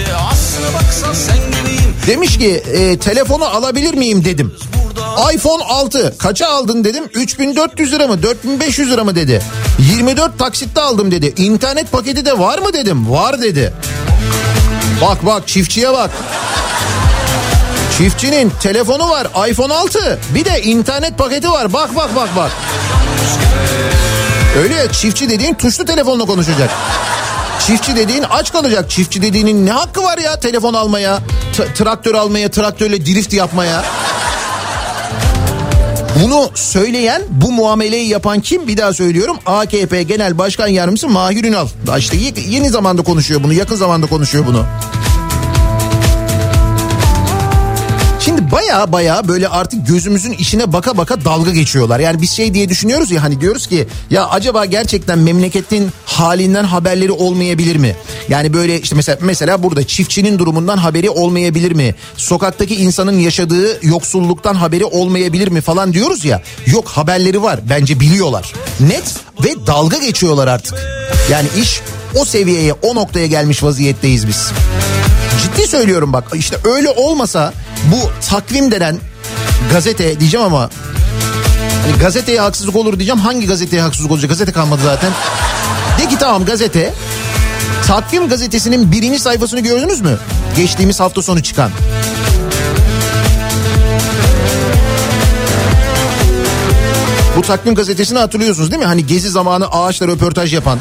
Demiş ki e, telefonu alabilir miyim dedim. iPhone altı kaça aldın dedim. üç bin dört yüz lira mı dört bin beş yüz lira mı dedi. yirmi dört taksitte aldım dedi. İnternet paketi de var mı dedim. Var dedi. Bak bak çiftçiye bak. Çiftçinin telefonu var, iPhone altı, bir de internet paketi var. Bak bak bak bak. Öyle ya, çiftçi dediğin tuşlu telefonla konuşacak. Çiftçi dediğin aç kalacak. Çiftçi dediğinin ne hakkı var ya telefon almaya, t- traktör almaya, traktörle drift yapmaya. Bunu söyleyen, bu muameleyi yapan kim? Bir daha söylüyorum. A K P Genel Başkan Yardımcısı Mahir Ünal. Daha işte yeni zamanda konuşuyor bunu, yakın zamanda konuşuyor bunu. Şimdi baya baya böyle artık gözümüzün içine baka baka dalga geçiyorlar. Yani biz şey diye düşünüyoruz ya, hani diyoruz ki ya acaba gerçekten memleketin halinden haberleri olmayabilir mi? Yani böyle işte mesela mesela burada çiftçinin durumundan haberi olmayabilir mi? Sokaktaki insanın yaşadığı yoksulluktan haberi olmayabilir mi falan diyoruz ya. Yok, haberleri var. Bence biliyorlar. Net ve dalga geçiyorlar artık. Yani iş o seviyeye, o noktaya gelmiş vaziyetteyiz biz. Ciddi söylüyorum bak, işte öyle olmasa bu takvim denen gazete diyeceğim ama hani gazeteye haksızlık olur diyeceğim. Hangi gazeteye haksızlık olacak? Gazete kalmadı zaten. De ki tamam, gazete. Takvim gazetesinin birinci sayfasını gördünüz mü? Geçtiğimiz hafta sonu çıkan. Bu takvim gazetesini hatırlıyorsunuz değil mi? Hani gezi zamanı ağaçla röportaj yapan.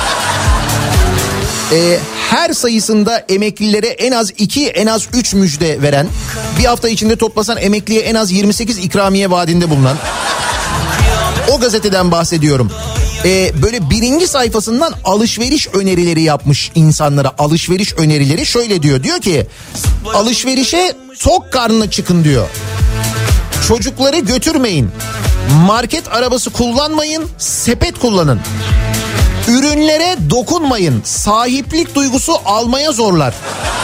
Ee, her sayısında emeklilere en az iki, en az üç müjde veren, bir hafta içinde toplasan emekliye en az yirmi sekiz ikramiye vaadinde bulunan o gazeteden bahsediyorum. Ee, böyle birinci sayfasından alışveriş önerileri yapmış insanlara. Alışveriş önerileri şöyle diyor. Diyor ki alışverişe tok karnına çıkın diyor. Çocukları götürmeyin. Market arabası kullanmayın, sepet kullanın. Ürünlere dokunmayın. Sahiplik duygusu almaya zorlar.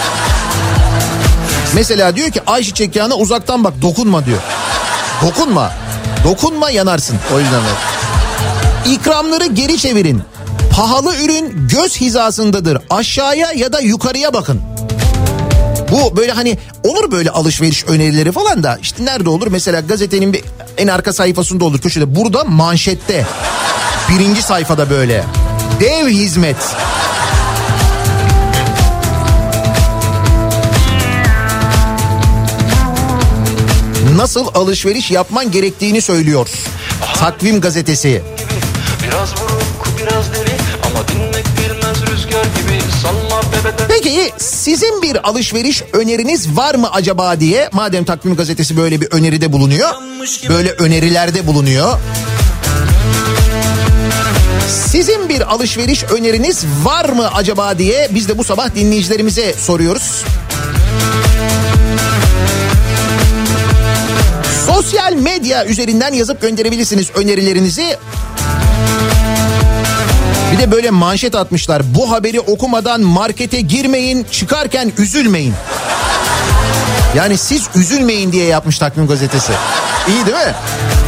Mesela diyor ki ayçiçek yağına uzaktan bak, dokunma diyor. Dokunma. Dokunma, yanarsın. O yüzden bak. İkramları geri çevirin. Pahalı ürün göz hizasındadır. Aşağıya ya da yukarıya bakın. Bu böyle hani olur böyle alışveriş önerileri falan da işte nerede olur? Mesela gazetenin bir en arka sayfasında olur, köşede. Burada manşette. Birinci sayfada böyle. Dev hizmet. Nasıl alışveriş yapman gerektiğini söylüyor Takvim gazetesi. Biraz buruk, biraz deli ama dinmek bilmez rüzgar gibi salla bebeden. Peki sizin bir alışveriş öneriniz var mı acaba diye, madem Takvim gazetesi böyle bir öneride bulunuyor, böyle önerilerde bulunuyor. Sizin bir alışveriş öneriniz var mı acaba diye biz de bu sabah dinleyicilerimize soruyoruz. Sosyal medya üzerinden yazıp gönderebilirsiniz önerilerinizi. Bir de böyle manşet atmışlar. Bu haberi okumadan markete girmeyin, çıkarken üzülmeyin. Yani siz üzülmeyin diye yapmış Takvim gazetesi. İyi değil mi?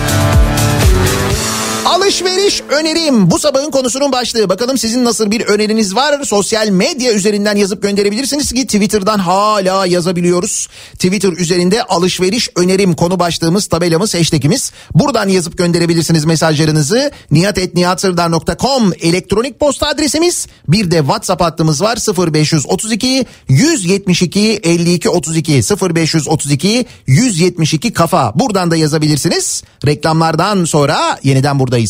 Alışveriş önerim bu sabahın konusunun başlığı. Bakalım sizin nasıl bir öneriniz var? Sosyal medya üzerinden yazıp gönderebilirsiniz ki Twitter'dan hala yazabiliyoruz. Twitter üzerinde alışveriş önerim konu başlığımız, tabelamız, hashtagimiz. Buradan yazıp gönderebilirsiniz mesajlarınızı. nihat et nihat sırdar nokta com elektronik posta adresimiz. Bir de WhatsApp hattımız var, sıfır beş otuz iki yüz yetmiş iki elli iki otuz iki sıfır beş otuz iki yüz yetmiş iki kafa. Buradan da yazabilirsiniz. Reklamlardan sonra yeniden buradayız.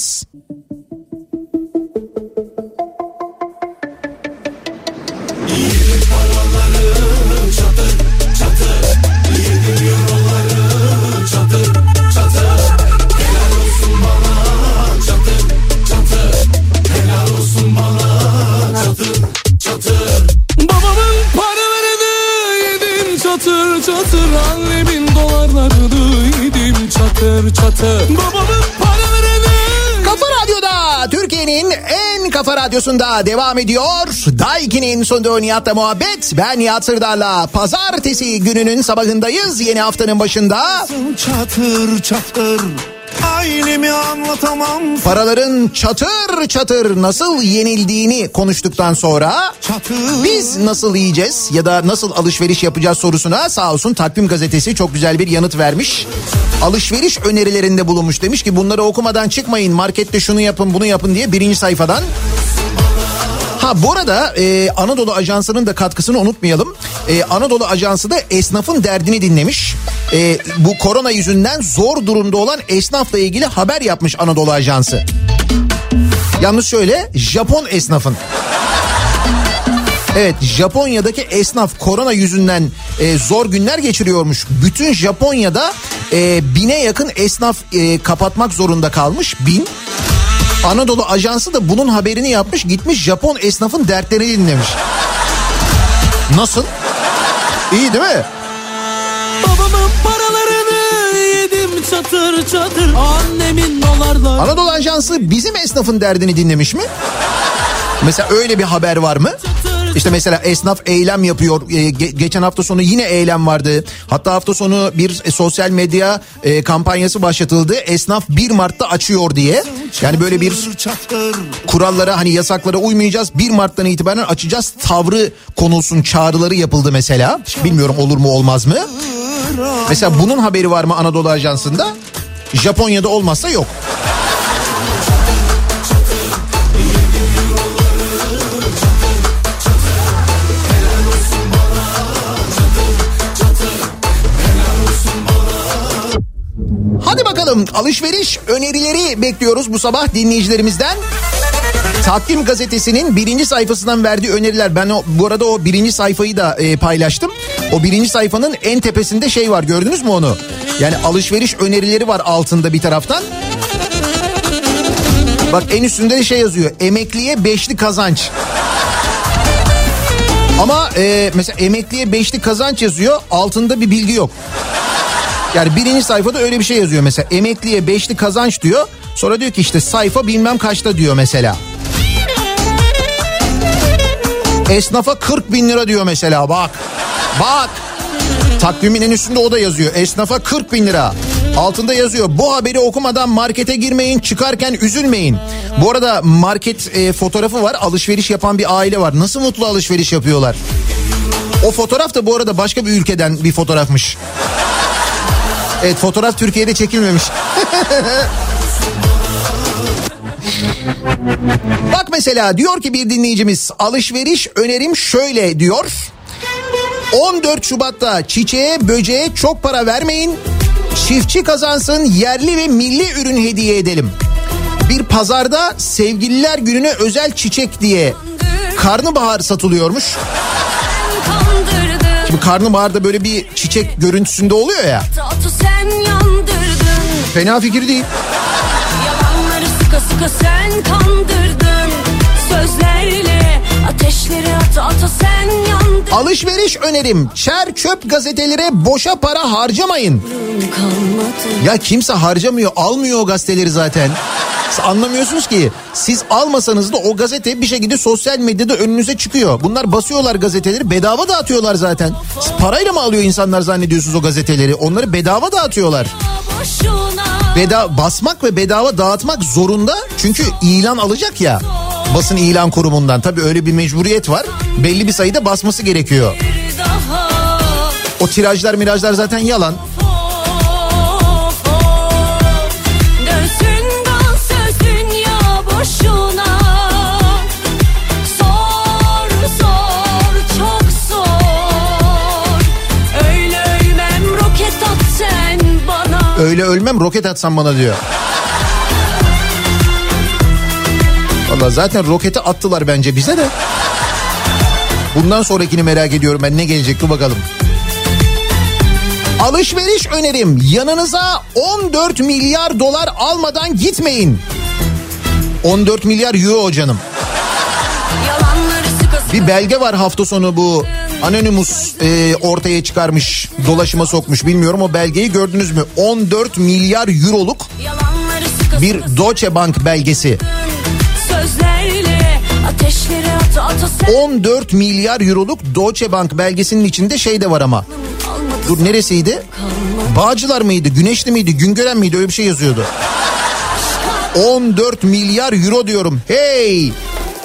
Babamın paralarını yedim çatır çatır, annemin dolarlarını yedim çatır çatır. Babamın paralarını. Kafa Radyo'da, Türkiye'nin en kafa radyosunda devam ediyor. Daiki'nin sunduğu Nihat'la muhabbet. Ben Nihat Sırdar'la pazartesi gününün sabahındayız. Yeni haftanın başında. Çatır çatır. Ailemi anlatamam. Paraların çatır çatır nasıl yenildiğini konuştuktan sonra çatır. Biz nasıl yiyeceğiz ya da nasıl alışveriş yapacağız sorusuna sağ olsun Takvim gazetesi çok güzel bir yanıt vermiş. Alışveriş önerilerinde bulunmuş, demiş ki bunları okumadan çıkmayın, markette şunu yapın bunu yapın diye birinci sayfadan. Ha bu arada e, Anadolu Ajansı'nın da katkısını unutmayalım. E, Anadolu Ajansı da esnafın derdini dinlemiş. E, bu korona yüzünden zor durumda olan esnafla ilgili haber yapmış Anadolu Ajansı. Yalnız şöyle, Japon esnafın. Evet, Japonya'daki esnaf korona yüzünden e, zor günler geçiriyormuş. Bütün Japonya'da e, bine yakın esnaf e, kapatmak zorunda kalmış. Bin. Anadolu Ajansı da bunun haberini yapmış, gitmiş Japon esnafın dertlerini dinlemiş. Nasıl? İyi değil mi? Babamın paralarını yedim çatır çatır, annemin dolarları. Anadolu Ajansı bizim esnafın derdini dinlemiş mi? Mesela öyle bir haber var mı? İşte mesela esnaf eylem yapıyor. Ee, ge- geçen hafta sonu yine eylem vardı. Hatta hafta sonu bir e, sosyal medya e, kampanyası başlatıldı. Esnaf bir Mart'ta açıyor diye. Yani böyle bir kurallara, hani yasaklara uymayacağız. bir Mart'tan itibaren açacağız tavrı konulsun çağrıları yapıldı mesela. Bilmiyorum olur mu olmaz mı? Mesela bunun haberi var mı Anadolu Ajansı'nda? Japonya'da olmazsa yok. Hadi bakalım, alışveriş önerileri bekliyoruz bu sabah dinleyicilerimizden. Takvim Gazetesi'nin birinci sayfasından verdiği öneriler. Ben o, bu arada o birinci sayfayı da e, paylaştım. O birinci sayfanın en tepesinde şey var, gördünüz mü onu? Yani alışveriş önerileri var altında bir taraftan. Bak en üstünde de şey yazıyor. Emekliye beşli kazanç. Ama e, mesela emekliye beşli kazanç yazıyor, altında bir bilgi yok. Yani birinci sayfada öyle bir şey yazıyor mesela. Emekliye beşli kazanç diyor. Sonra diyor ki işte sayfa bilmem kaçta diyor mesela. Esnafa kırk bin lira diyor mesela, bak. Bak. Takvimin en üstünde o da yazıyor. Esnafa kırk bin lira. Altında yazıyor. Bu haberi okumadan markete girmeyin, çıkarken üzülmeyin. Bu arada market e, fotoğrafı var. Alışveriş yapan bir aile var. Nasıl mutlu alışveriş yapıyorlar. O fotoğraf da bu arada başka bir ülkeden bir fotoğrafmış. Evet, fotoğraf Türkiye'de çekilmemiş. Bak mesela diyor ki bir dinleyicimiz, alışveriş önerim şöyle diyor. on dört Şubat'ta çiçeğe böceğe çok para vermeyin. Çiftçi kazansın, yerli ve milli ürün hediye edelim. Bir pazarda sevgililer gününe özel çiçek diye karnabahar satılıyormuş. Şimdi karnabaharda böyle bir çiçek görüntüsünde oluyor ya. Fena fikir değil. Yalanları sıka sıka sen kandırdın. Sözlerle ateşleri ata ata sen yandın. Alışveriş önerim, çer çöp gazetelere boşa para harcamayın. Kalmadı. Ya kimse harcamıyor, almıyor o gazeteleri zaten. Siz anlamıyorsunuz ki, siz almasanız da o gazete bir şekilde sosyal medyada önünüze çıkıyor. Bunlar basıyorlar gazeteleri, bedava dağıtıyorlar zaten. Siz parayla mı alıyor insanlar zannediyorsunuz o gazeteleri? Onları bedava dağıtıyorlar. Beda basmak ve bedava dağıtmak zorunda, çünkü ilan alacak ya basın ilan kurumundan. Tabii öyle bir mecburiyet var, belli bir sayıda basması gerekiyor. O tirajlar mirajlar zaten yalan. Öyle ölmem, roket atsan bana diyor. Valla zaten roketi attılar bence bize de. Bundan sonrakini merak ediyorum ben, ne gelecek dur bakalım. Alışveriş önerim, yanınıza on dört milyar dolar almadan gitmeyin. on dört milyar euro canım. Bir belge var hafta sonu, bu Anonymous e, ortaya çıkarmış, dolaşıma sokmuş, bilmiyorum o belgeyi gördünüz mü? on dört milyar euroluk bir Deutsche Bank belgesi. on dört milyar euroluk Deutsche Bank belgesinin içinde şey de var ama. Dur neresiydi? Bağcılar mıydı? Güneşli miydi? Güngören miydi? Öyle bir şey yazıyordu. on dört milyar euro diyorum. Hey!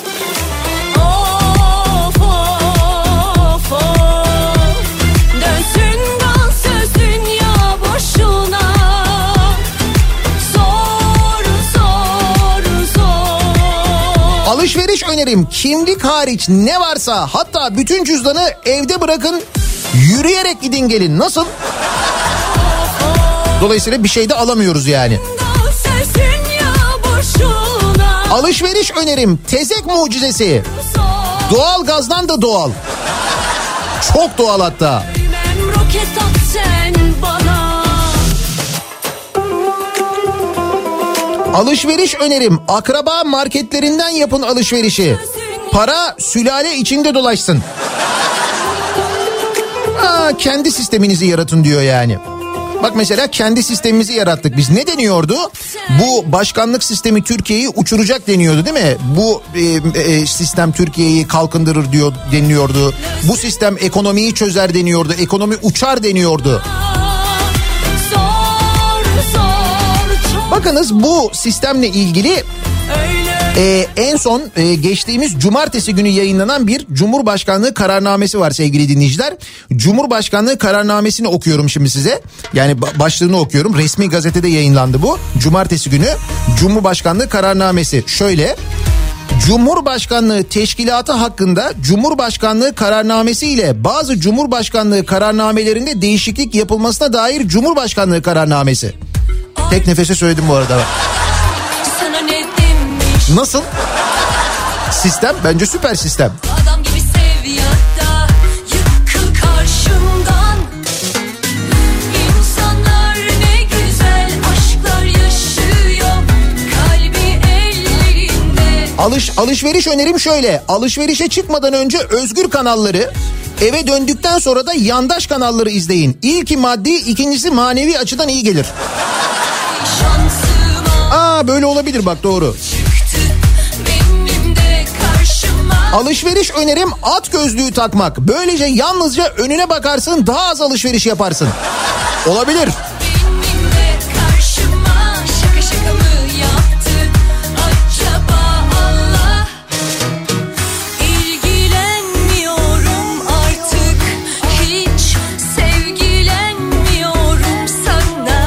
Alışveriş önerim, kimlik hariç ne varsa, hatta bütün cüzdanı evde bırakın, yürüyerek gidin gelin. Nasıl? Dolayısıyla bir şey de alamıyoruz yani. Alışveriş önerim, tezek mucizesi. Doğal gazdan da doğal. Çok doğal hatta. Alışveriş önerim, akraba marketlerinden yapın alışverişi. Para sülale içinde dolaşsın. Aa, kendi sisteminizi yaratın diyor yani. Bak mesela kendi sistemimizi yarattık biz. Ne deniyordu? Bu başkanlık sistemi Türkiye'yi uçuracak deniyordu değil mi? Bu e, e, sistem Türkiye'yi kalkındırır diyor deniliyordu. Bu sistem ekonomiyi çözer deniyordu. Ekonomi uçar deniyordu. Bakınız bu sistemle ilgili Ee, en son e, geçtiğimiz cumartesi günü yayınlanan bir Cumhurbaşkanlığı kararnamesi var sevgili dinleyiciler. Cumhurbaşkanlığı kararnamesini okuyorum şimdi size. Yani ba- başlığını okuyorum. Resmi gazetede yayınlandı bu. Cumartesi günü Cumhurbaşkanlığı kararnamesi şöyle. Cumhurbaşkanlığı teşkilatı hakkında Cumhurbaşkanlığı kararnamesi ile bazı Cumhurbaşkanlığı kararnamelerinde değişiklik yapılmasına dair Cumhurbaşkanlığı kararnamesi. Tek nefese söyledim bu arada. Nasıl? Sistem bence süper sistem. Adam gibi sev ya da yıkıl karşımdan. İnsanlar ne güzel aşklar yaşıyor. Kalbi ellerinde. Alış, alışveriş önerim şöyle. Alışverişe çıkmadan önce özgür kanalları, eve döndükten sonra da yandaş kanalları izleyin. İlki maddi, ikincisi manevi açıdan iyi gelir. Aa böyle olabilir bak doğru. Alışveriş önerim at gözlüğü takmak. Böylece yalnızca önüne bakarsın, daha az alışveriş yaparsın. Olabilir. Şaka şaka mı yaptı acaba Allah? İlgilenmiyorum artık, hiç sevgilenmiyorum sana.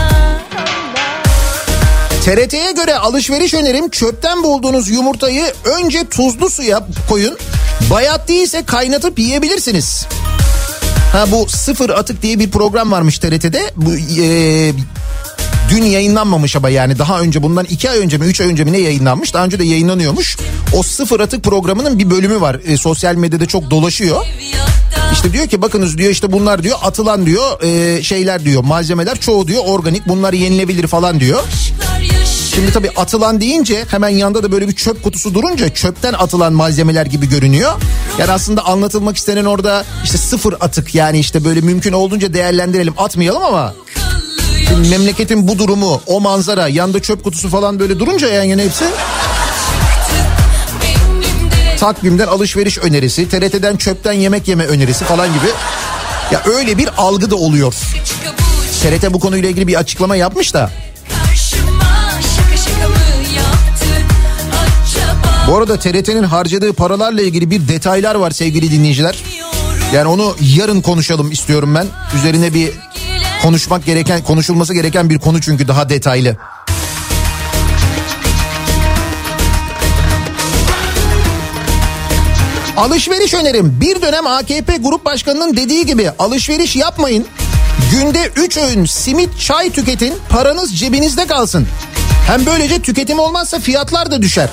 T R T'ye göre alışveriş önerim çöpten bulduğunuz yumurtayı önce tuzlu suya koyun. Bayat değilse kaynatıp yiyebilirsiniz. Ha bu sıfır atık diye bir program varmış T R T'de. Bu e, dün yayınlanmamış ama yani daha önce bundan iki ay önce mi üç ay önce mi ne yayınlanmış? Daha önce de yayınlanıyormuş. O sıfır atık programının bir bölümü var. E, sosyal medyada çok dolaşıyor. İşte diyor ki bakınız diyor işte bunlar diyor atılan diyor e, şeyler diyor malzemeler çoğu diyor organik bunlar yenilebilir falan diyor. Şimdi tabii atılan deyince hemen yanında da böyle bir çöp kutusu durunca çöpten atılan malzemeler gibi görünüyor. Yani aslında anlatılmak istenen orada işte sıfır atık yani işte böyle mümkün olduğunca değerlendirelim atmayalım ama memleketin bu durumu o manzara yanında çöp kutusu falan böyle durunca yani yine hepsi takvimden alışveriş önerisi, T R T'den çöpten yemek yeme önerisi falan gibi ya öyle bir algı da oluyor. T R T bu konuyla ilgili bir açıklama yapmış da. Bu arada T R T'nin harcadığı paralarla ilgili bir detaylar var sevgili dinleyiciler. Yani onu yarın konuşalım istiyorum ben. Üzerine bir konuşmak gereken, konuşulması gereken bir konu çünkü daha detaylı. Alışveriş önerim. Bir dönem A K P Grup Başkanı'nın dediği gibi alışveriş yapmayın. Günde üç öğün simit çay tüketin, paranız cebinizde kalsın. Hem böylece tüketim olmazsa fiyatlar da düşer.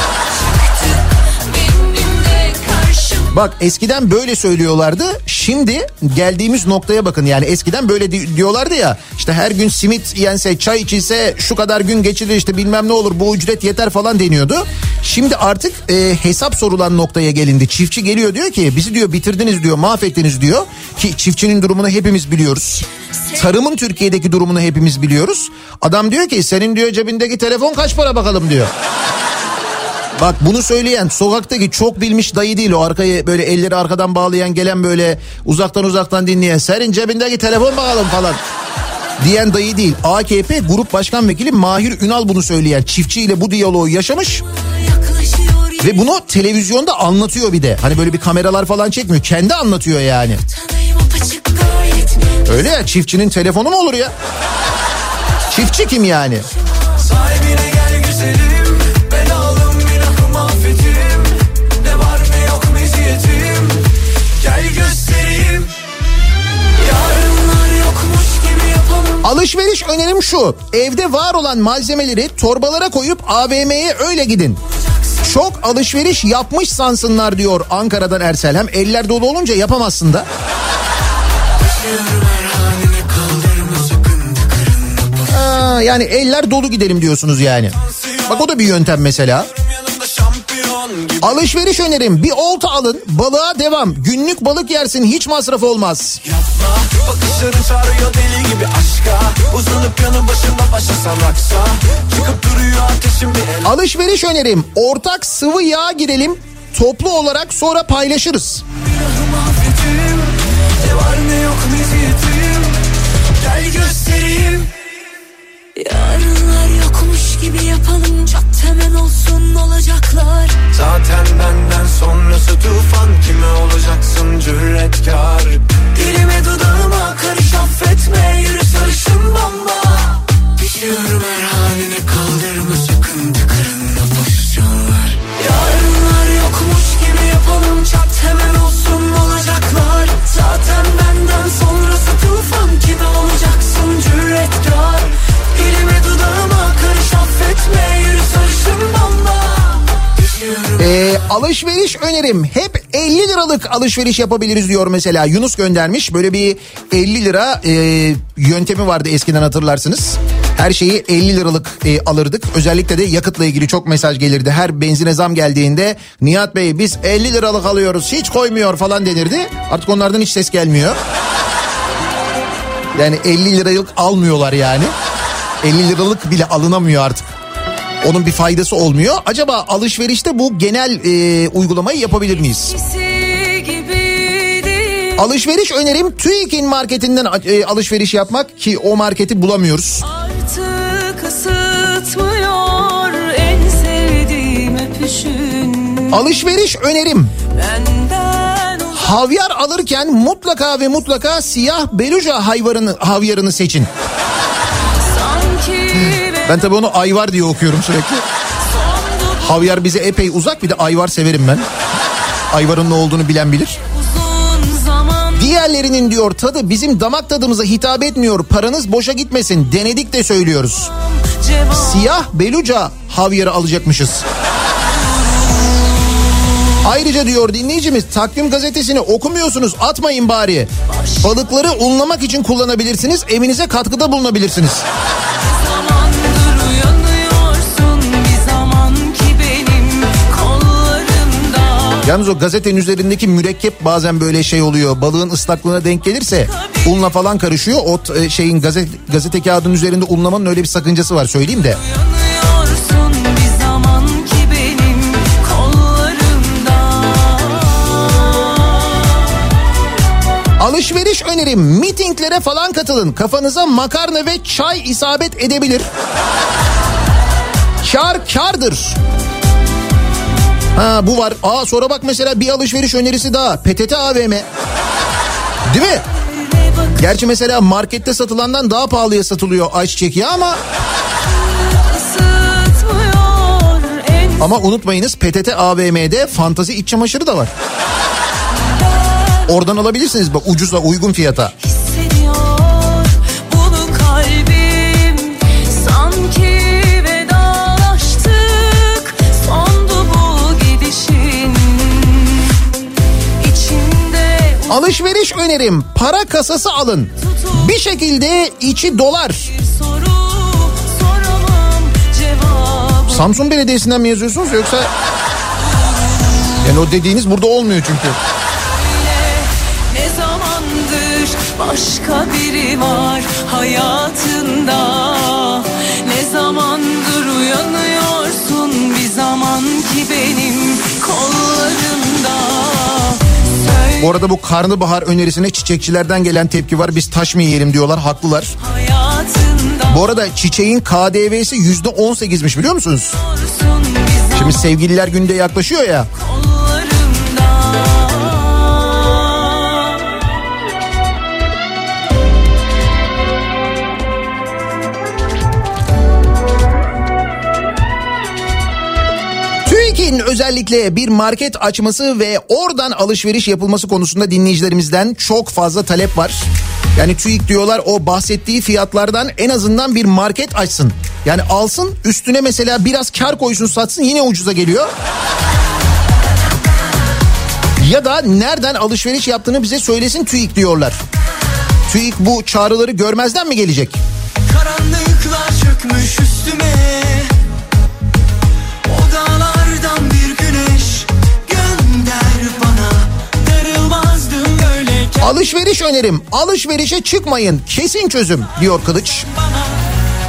Bak eskiden böyle söylüyorlardı. Şimdi geldiğimiz noktaya bakın. Yani eskiden böyle di- diyorlardı ya. İşte her gün simit yense, çay içilse şu kadar gün geçirir işte bilmem ne olur bu ücret yeter falan deniyordu. Şimdi artık e, hesap sorulan noktaya gelindi. Çiftçi geliyor diyor ki bizi diyor bitirdiniz diyor, mahvettiniz diyor. Ki çiftçinin durumunu hepimiz biliyoruz. Tarımın Türkiye'deki durumunu hepimiz biliyoruz. Adam diyor ki senin diyor cebindeki telefon kaç para bakalım diyor. Bak bunu söyleyen sokaktaki çok bilmiş dayı değil, o arkayı böyle elleri arkadan bağlayan gelen böyle uzaktan uzaktan dinleyen senin cebindeki telefon bakalım falan diyen dayı değil. A K P Grup Başkan Vekili Mahir Ünal bunu söyleyen, çiftçiyle bu diyaloğu yaşamış ve bunu televizyonda anlatıyor bir de. Hani böyle bir kameralar falan çekmiyor, kendi anlatıyor yani. Öyle ya, çiftçinin telefonu mu olur ya? Çiftçi kim yani? Sahibine gel güzelim, ben aldım günahım affetim. Ne var ne yok meziyetim, gel göstereyim. Yarınlar yokmuş gibi yapalım. Alışveriş önerim şu: evde var olan malzemeleri torbalara koyup A V M'ye öyle gidin. Çok alışveriş yapmış sansınlar diyor Ankara'dan Ersel. Hem eller dolu olunca yapamazsın da. Aa, yani eller dolu gidelim diyorsunuz yani. Bak o da bir yöntem mesela. Alışveriş önerim: bir olta alın, balığa devam. Günlük balık yersin, hiç masraf olmaz. Yapma, bakışların çağırıyor deli gibi aşka. yanı başında başlasan aksa. Çıkıp duruyor ateşim bir el. Alışveriş önerim. Ortak sıvı yağ girelim. Toplu olarak sonra paylaşırız. Günahım affetim. Ne var ne yok meziyetim. Gel göstereyim. Yarınlar yokmuş gibi yapalım. Çok temel olsun olacaklar. Zaten benden sonrası tufan. Kime olacaksın cüretkar. Dilime dudağıma karış affetme. Yürü sarışın bomba. Düşüyorum her haline kaldırma sakın. Tıkırında pozisyonlar. Yarınlar yokmuş gibi yapalım. Çok temel olsun olacaklar. Zaten benden sonrası tufan. Kime olacaksın cüretkar. Dilime dudağıma karış affetme. Yürü sarışın bomba. Ee, alışveriş önerim. Hep elli liralık alışveriş yapabiliriz diyor mesela. Yunus göndermiş. Böyle bir elli lira e, yöntemi vardı eskiden, hatırlarsınız. Her şeyi elli liralık e, alırdık. Özellikle de yakıtla ilgili çok mesaj gelirdi. Her benzine zam geldiğinde Nihat Bey biz elli liralık alıyoruz, hiç koymuyor falan denirdi. Artık onlardan hiç ses gelmiyor. Yani elli liralık almıyorlar yani. elli liralık bile alınamıyor artık. Onun bir faydası olmuyor. Acaba alışverişte bu genel e, uygulamayı yapabilir miyiz? Alışveriş önerim TÜİK'in marketinden e, alışveriş yapmak, ki o marketi bulamıyoruz. Artık ısıtmıyor en sevdiğim öpüşün. Alışveriş önerim. Benden Havyar alırken mutlaka ve mutlaka siyah beluga hayvarını, havyarını seçin. sanki Ben tabii onu ayvar diye okuyorum sürekli. Havyar bize epey uzak, bir de ayvar severim ben. Ayvarın ne olduğunu bilen bilir. uzun zaman Diğerlerinin diyor tadı bizim damak tadımıza hitap etmiyor. Paranız boşa gitmesin. Denedik de söylüyoruz. cevap Siyah beluga havyarı alacakmışız. Ayrıca diyor dinleyicimiz, takvim gazetesini okumuyorsunuz, atmayın bari. Balıkları unlamak için kullanabilirsiniz. Evinize katkıda bulunabilirsiniz. zamandır uyanıyorsun bir zaman ki benim kollarımda. Yalnız o gazetenin üzerindeki mürekkep bazen böyle şey oluyor. Balığın ıslaklığına denk gelirse unla falan karışıyor. O t- şeyin gazete, gazete kağıdının üzerinde unlamanın öyle bir sakıncası var, söyleyeyim de. Uyanıyorsun bir zaman ki benim kollarımda. Alışveriş önerim. Mitinglere falan katılın. Kafanıza makarna ve çay isabet edebilir. Kar kârdır. Ha bu var. Aa sonra bak mesela bir alışveriş önerisi daha. P T T A V M. Değil mi? Gerçi mesela markette satılandan daha pahalıya satılıyor ayçiçek yağı ama... Isıtmıyor en Ama unutmayınız P T T A V M'de fantazi iç çamaşırı da var. Oradan alabilirsiniz bak, ucuza, uygun fiyata. hissediyor bunu kalbim. Sanki vedalaştık, sondu bu gidişin. İçimde Alışveriş önerim. Para kasası alın. Bir şekilde içi dolar. bir soru soramam cevabı. Samsun Belediyesi'nden mi yazıyorsunuz yoksa... Yani o dediğiniz burada olmuyor çünkü. Ne zamandır başka biri var hayatında. Ne zamandır uyanıyorsun bir zaman ki benim kollarımda. Söyle Bu arada bu karnabahar önerisine çiçekçilerden gelen tepki var. Biz taş mı yiyelim diyorlar, haklılar. hayatında Bu arada çiçeğin K D V'si yüzde on sekizmiş, biliyor musunuz? olsun bir zaman Şimdi sevgililer günü de yaklaşıyor ya. kollarımda. TÜİK'in özellikle bir market açması ve oradan alışveriş yapılması konusunda dinleyicilerimizden çok fazla talep var. Yani TÜİK diyorlar o bahsettiği fiyatlardan en azından bir market açsın. Yani alsın, üstüne mesela biraz kar koysun, satsın, yine ucuza geliyor. Ya da nereden alışveriş yaptığını bize söylesin TÜİK diyorlar. TÜİK bu çağrıları görmezden mi gelecek? Karanlıklar çökmüş üstüme. O dağlardan bir güneş gönder bana. Darılmazdım böyleyken Alışveriş önerim. Alışverişe çıkmayın. Kesin çözüm diyor Kılıç. bana.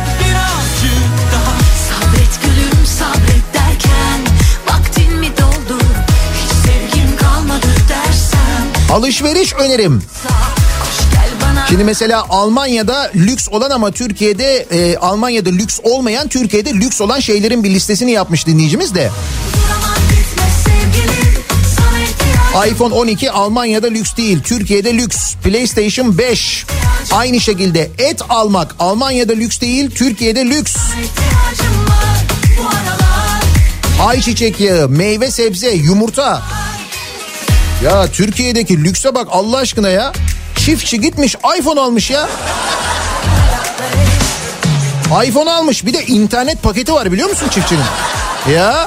Alışveriş önerim. Şimdi mesela Almanya'da lüks olan ama Türkiye'de e, Almanya'da lüks olmayan, Türkiye'de lüks olan şeylerin bir listesini yapmış dinleyicimiz de. iPhone on iki Almanya'da lüks değil, Türkiye'de lüks. PlayStation beş aynı şekilde. Et almak Almanya'da lüks değil, Türkiye'de lüks. Ayçiçek yağı, meyve sebze, yumurta. Ya Türkiye'deki lükse bak Allah aşkına ya. Çiftçi gitmiş iPhone almış ya. iPhone almış, bir de internet paketi var biliyor musun çiftçinin? Ya.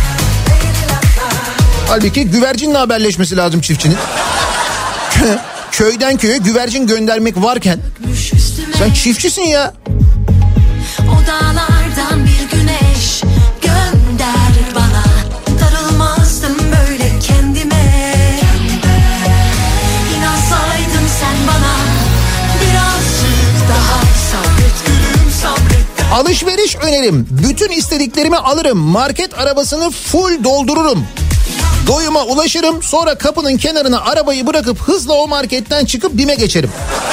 Halbuki güvercinle haberleşmesi lazım çiftçinin. Köyden köye güvercin göndermek varken sen çiftçisin ya. O dağlardan bir güneş gönder bana, darılmazdım böyle kendime. İnansaydın sen bana, birazcık daha sabret gülüm sabret. Alışveriş önerim. Bütün istediklerimi alırım. Market arabasını full doldururum. Doyuma ulaşırım, sonra kapının kenarına arabayı bırakıp hızla o marketten çıkıp BİM'e geçerim.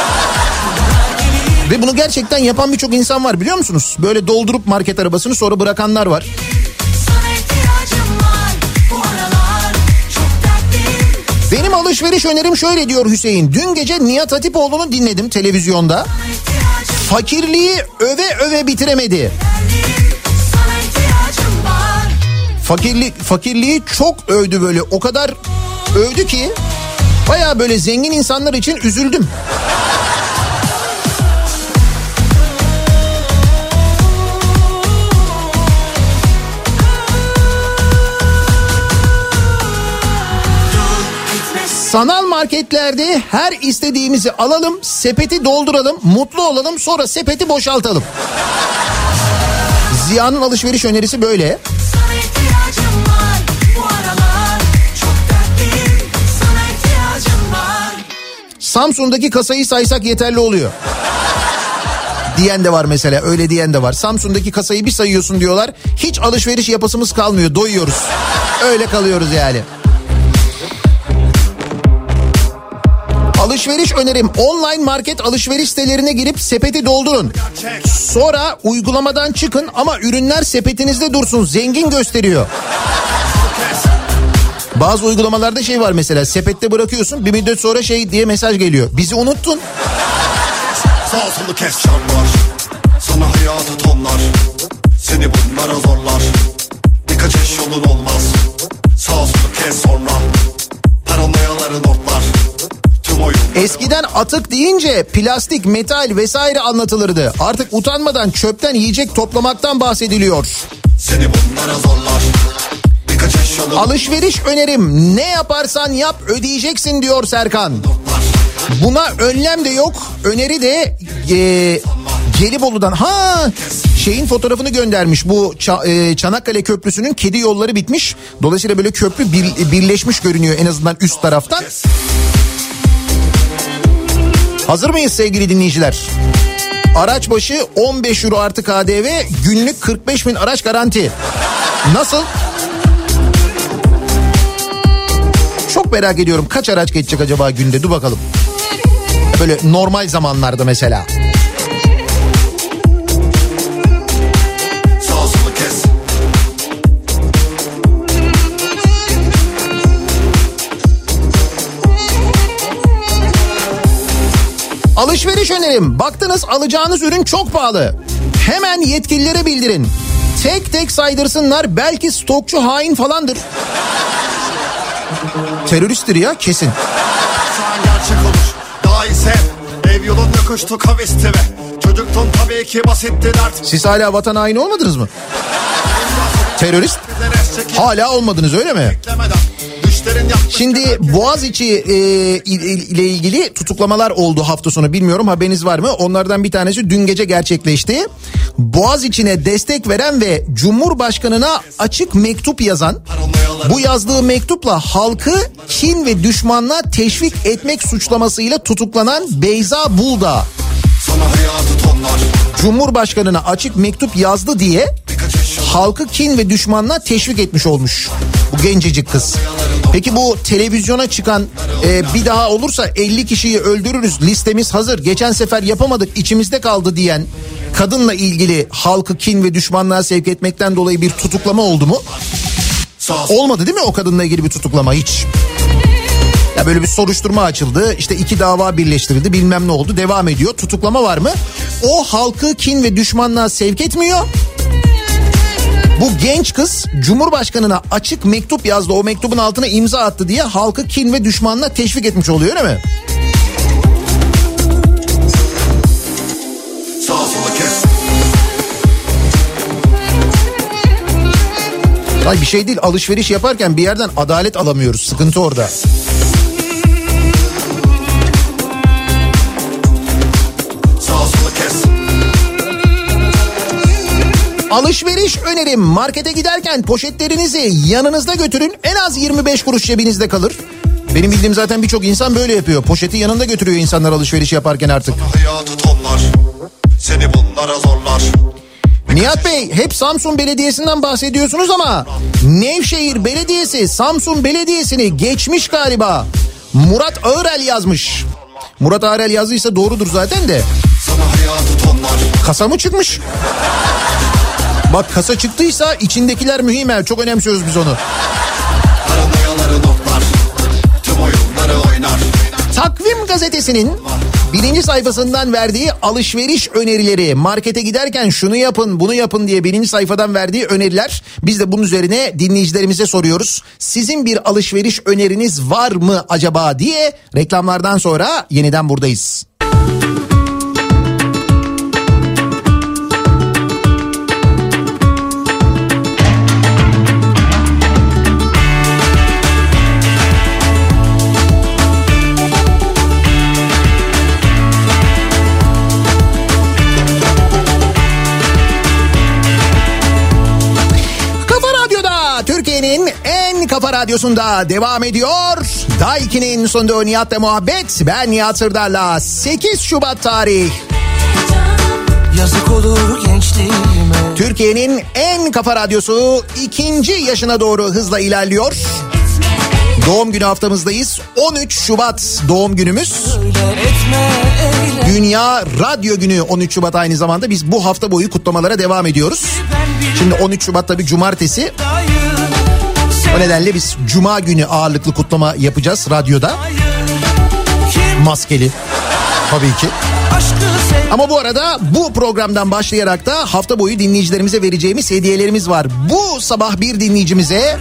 Ve bunu gerçekten yapan birçok insan var biliyor musunuz? Böyle doldurup market arabasını sonra bırakanlar var. Benim alışveriş önerim şöyle diyor Hüseyin. Dün gece Nihat Hatipoğlu'nu dinledim televizyonda. Fakirliği öve öve bitiremedi. Fakirlik, fakirliği çok övdü böyle, o kadar övdü ki baya böyle zengin insanlar için üzüldüm. Sanal marketlerde her istediğimizi alalım, sepeti dolduralım, mutlu olalım, sonra sepeti boşaltalım. Ziya'nın alışveriş önerisi böyle. Samsun'daki kasayı saysak yeterli oluyor. Diyen de var mesela, öyle diyen de var. Samsun'daki kasayı bir sayıyorsun diyorlar. Hiç alışveriş yapasımız kalmıyor, doyuyoruz. Öyle kalıyoruz yani. Alışveriş önerim. Online market alışveriş sitelerine girip sepeti doldurun. Sonra uygulamadan çıkın ama ürünler sepetinizde dursun. Zengin gösteriyor. Bazı uygulamalarda şey var mesela, sepette bırakıyorsun, bir müddet sonra şey diye mesaj geliyor. Bizi unuttun. Sağ solu kes çarpar, sana hayatı tonlar, seni bunlara zorlar, birkaç eş yolun olmaz. Sağ solu kes sonra, paranoyaların ortlar. Eskiden atık deyince plastik, metal vesaire anlatılırdı. Artık utanmadan çöpten yiyecek toplamaktan bahsediliyor. Seni bunlara zorlar. Alışveriş önerim. Ne yaparsan yap ödeyeceksin diyor Serkan. Buna önlem de yok. Öneri de e, Gelibolu'dan. Ha, şeyin fotoğrafını göndermiş. Bu e, Çanakkale Köprüsü'nün kedi yolları bitmiş. Dolayısıyla böyle köprü bir, birleşmiş görünüyor en azından üst taraftan. Hazır mıyız sevgili dinleyiciler? Araç başı on beş euro artı K D V, günlük kırk beş bin araç garanti. Nasıl? Çok merak ediyorum, kaç araç geçecek acaba günde, dur bakalım. Böyle normal zamanlarda mesela. Alışveriş önerim. Baktınız alacağınız ürün çok pahalı. Hemen yetkililere bildirin. Tek tek saydırsınlar, belki stokçu hain falandır. Teröristtir ya kesin. Gerçek olur, daha iyisi ev yolunda koştu kavisti ve çocuktun tabii ki basitti dert. Siz hala vatan haini olmadınız mı? Terörist? Hala olmadınız öyle mi? Şimdi Boğaziçi e, ile ilgili tutuklamalar oldu hafta sonu, bilmiyorum haberiniz var mı? Onlardan bir tanesi dün gece gerçekleşti. Boğaziçi'ne destek veren ve Cumhurbaşkanı'na açık mektup yazan, bu yazdığı mektupla halkı kin ve düşmanlığa teşvik etmek suçlamasıyla tutuklanan Beyza Bulda. Cumhurbaşkanı'na açık mektup yazdı diye halkı kin ve düşmanlığa teşvik etmiş olmuş bu gencecik kız. Peki bu televizyona çıkan e, bir daha olursa elli kişiyi öldürürüz, listemiz hazır, geçen sefer yapamadık, içimizde kaldı diyen kadınla ilgili halkı kin ve düşmanlığa sevk etmekten dolayı bir tutuklama oldu mu? Olmadı değil mi o kadınla ilgili bir tutuklama hiç? Ya böyle bir soruşturma açıldı, işte iki dava birleştirildi, bilmem ne oldu, devam ediyor. Tutuklama var mı? O halkı kin ve düşmanlığa sevk etmiyor. Bu genç kız Cumhurbaşkanına açık mektup yazdı, o mektubun altına imza attı diye halkı kin ve düşmanlığa teşvik etmiş oluyor, öyle mi? Sağ sola kes. Ay bir şey değil, alışveriş yaparken bir yerden adalet alamıyoruz, sıkıntı orada. Alışveriş önerim, markete giderken poşetlerinizi yanınızda götürün, en az yirmi beş kuruş cebinizde kalır. Benim bildiğim zaten birçok insan böyle yapıyor, poşeti yanında götürüyor insanlar alışveriş yaparken artık. Hayatı tonlar, seni bunlara zorlar. Nihat Bey, hep Samsun Belediyesi'nden bahsediyorsunuz ama Nevşehir Belediyesi Samsun Belediyesi'ni geçmiş galiba. Murat Ağırel yazmış. Murat Ağırel yazdıysa doğrudur zaten de. Kasa mı çıkmış? Bak kasa çıktıysa içindekiler mühim, çok önemsiyoruz biz onu. Takvim gazetesinin birinci sayfasından verdiği alışveriş önerileri, markete giderken şunu yapın bunu yapın diye birinci sayfadan verdiği öneriler, biz de bunun üzerine dinleyicilerimize soruyoruz. Sizin bir alışveriş öneriniz var mı acaba diye, reklamlardan sonra yeniden buradayız. Kafa Radyosu'nda devam ediyor. Daiki'nin sonunda Nihat'la muhabbet. Ben Nihat Sırdar'la. sekiz Şubat tarih. Yazık olur gençliğime. Türkiye'nin en kafa radyosu ikinci yaşına doğru hızla ilerliyor. Doğum günü haftamızdayız. on üç Şubat doğum günümüz. Dünya Radyo Günü on üç Şubat aynı zamanda. Biz bu hafta boyu kutlamalara devam ediyoruz. Şimdi on üç Şubat tabii cumartesi. O nedenle biz Cuma günü ağırlıklı kutlama yapacağız radyoda. Maskeli tabii ki. Ama bu arada bu programdan başlayarak da hafta boyu dinleyicilerimize vereceğimiz hediyelerimiz var. Bu sabah bir dinleyicimize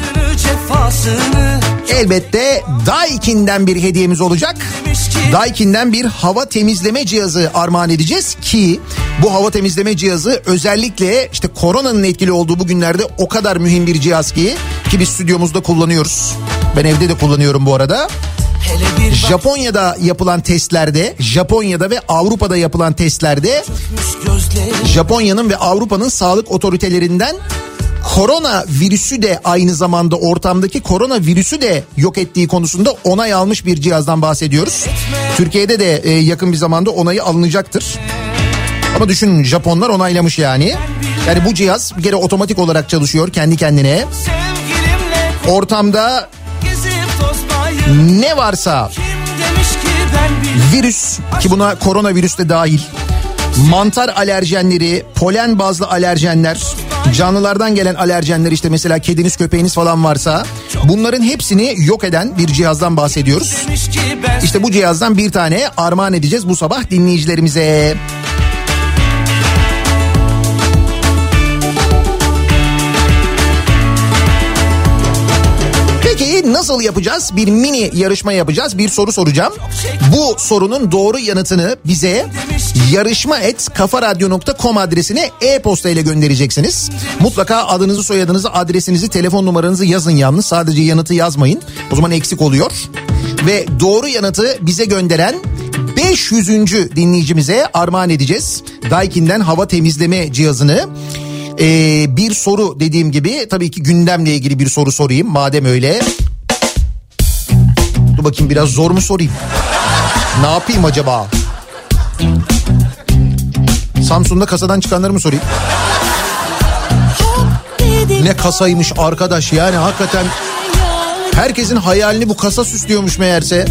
elbette Daikin'den bir hediyemiz olacak. Daikin'den bir hava temizleme cihazı armağan edeceğiz ki bu hava temizleme cihazı özellikle işte koronanın etkili olduğu bu günlerde o kadar mühim bir cihaz ki ki biz stüdyomuzda kullanıyoruz. Ben evde de kullanıyorum bu arada. Japonya'da yapılan testlerde, Japonya'da ve Avrupa'da yapılan testlerde Japonya'nın ve Avrupa'nın sağlık otoritelerinden korona virüsü de aynı zamanda ortamdaki korona virüsü de yok ettiği konusunda onay almış bir cihazdan bahsediyoruz. Türkiye'de de e, yakın bir zamanda onayı alınacaktır. Ama düşünün, Japonlar onaylamış yani. Yani bu cihaz bir kere otomatik olarak çalışıyor kendi kendine. Ortamda ne varsa virüs, ki buna koronavirüs de dahil, mantar alerjenleri, polen bazlı alerjenler, canlılardan gelen alerjenler, işte mesela kediniz köpeğiniz falan varsa bunların hepsini yok eden bir cihazdan bahsediyoruz. İşte bu cihazdan bir tane armağan edeceğiz bu sabah dinleyicilerimize. Peki nasıl yapacağız? Bir mini yarışma yapacağız. Bir soru soracağım. Bu sorunun doğru yanıtını bize yarışma et kafaradyo nokta com adresine e-posta ile göndereceksiniz. Mutlaka adınızı, soyadınızı, adresinizi, telefon numaranızı yazın yalnız. Sadece yanıtı yazmayın. O zaman eksik oluyor. Ve doğru yanıtı bize gönderen beş yüzüncü dinleyicimize armağan edeceğiz. Daikin'den hava temizleme cihazını. Ee, bir soru dediğim gibi, tabii ki gündemle ilgili bir soru sorayım madem öyle. Dur bakayım, biraz zor mu sorayım? Ne yapayım acaba? Samsun'da kasadan çıkanları mı sorayım? Ne kasaymış arkadaş, yani hakikaten Herkesin hayalini bu kasa süslüyormuş meğerse.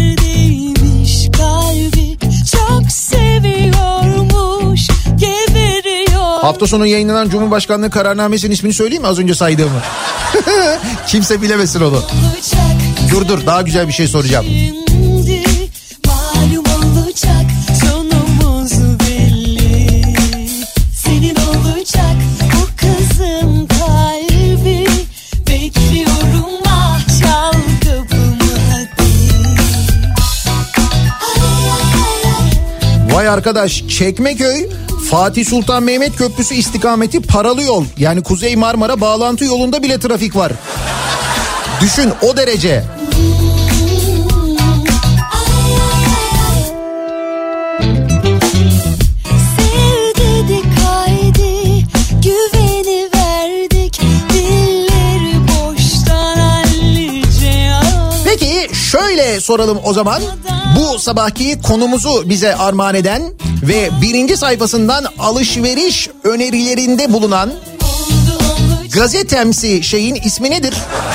Kalbi çok seviyormuş, geberiyor. Hafta sonu yayınlanan Cumhurbaşkanlığı kararnamesinin ismini söyleyeyim mi az önce saydığımı? Kimse bilemesin onu. Dur dur daha güzel bir şey soracağım. Şimdi malum olacak, sonumuz belli. Senin olacak bu kızın kalbi. Bekliyorum ah çal kapımı hadi. Vay arkadaş, Çekmeköy Fatih Sultan Mehmet Köprüsü istikameti paralı yol. Yani Kuzey Marmara bağlantı yolunda bile trafik var. Düşün o derece. Sevdik haydi, güveni verdik, dilleri boştan hallice. Peki şöyle soralım o zaman. Bu sabahki konumuzu bize armağan eden ve birinci sayfasından alışveriş önerilerinde bulunan gazetemsi şeyin ismi nedir?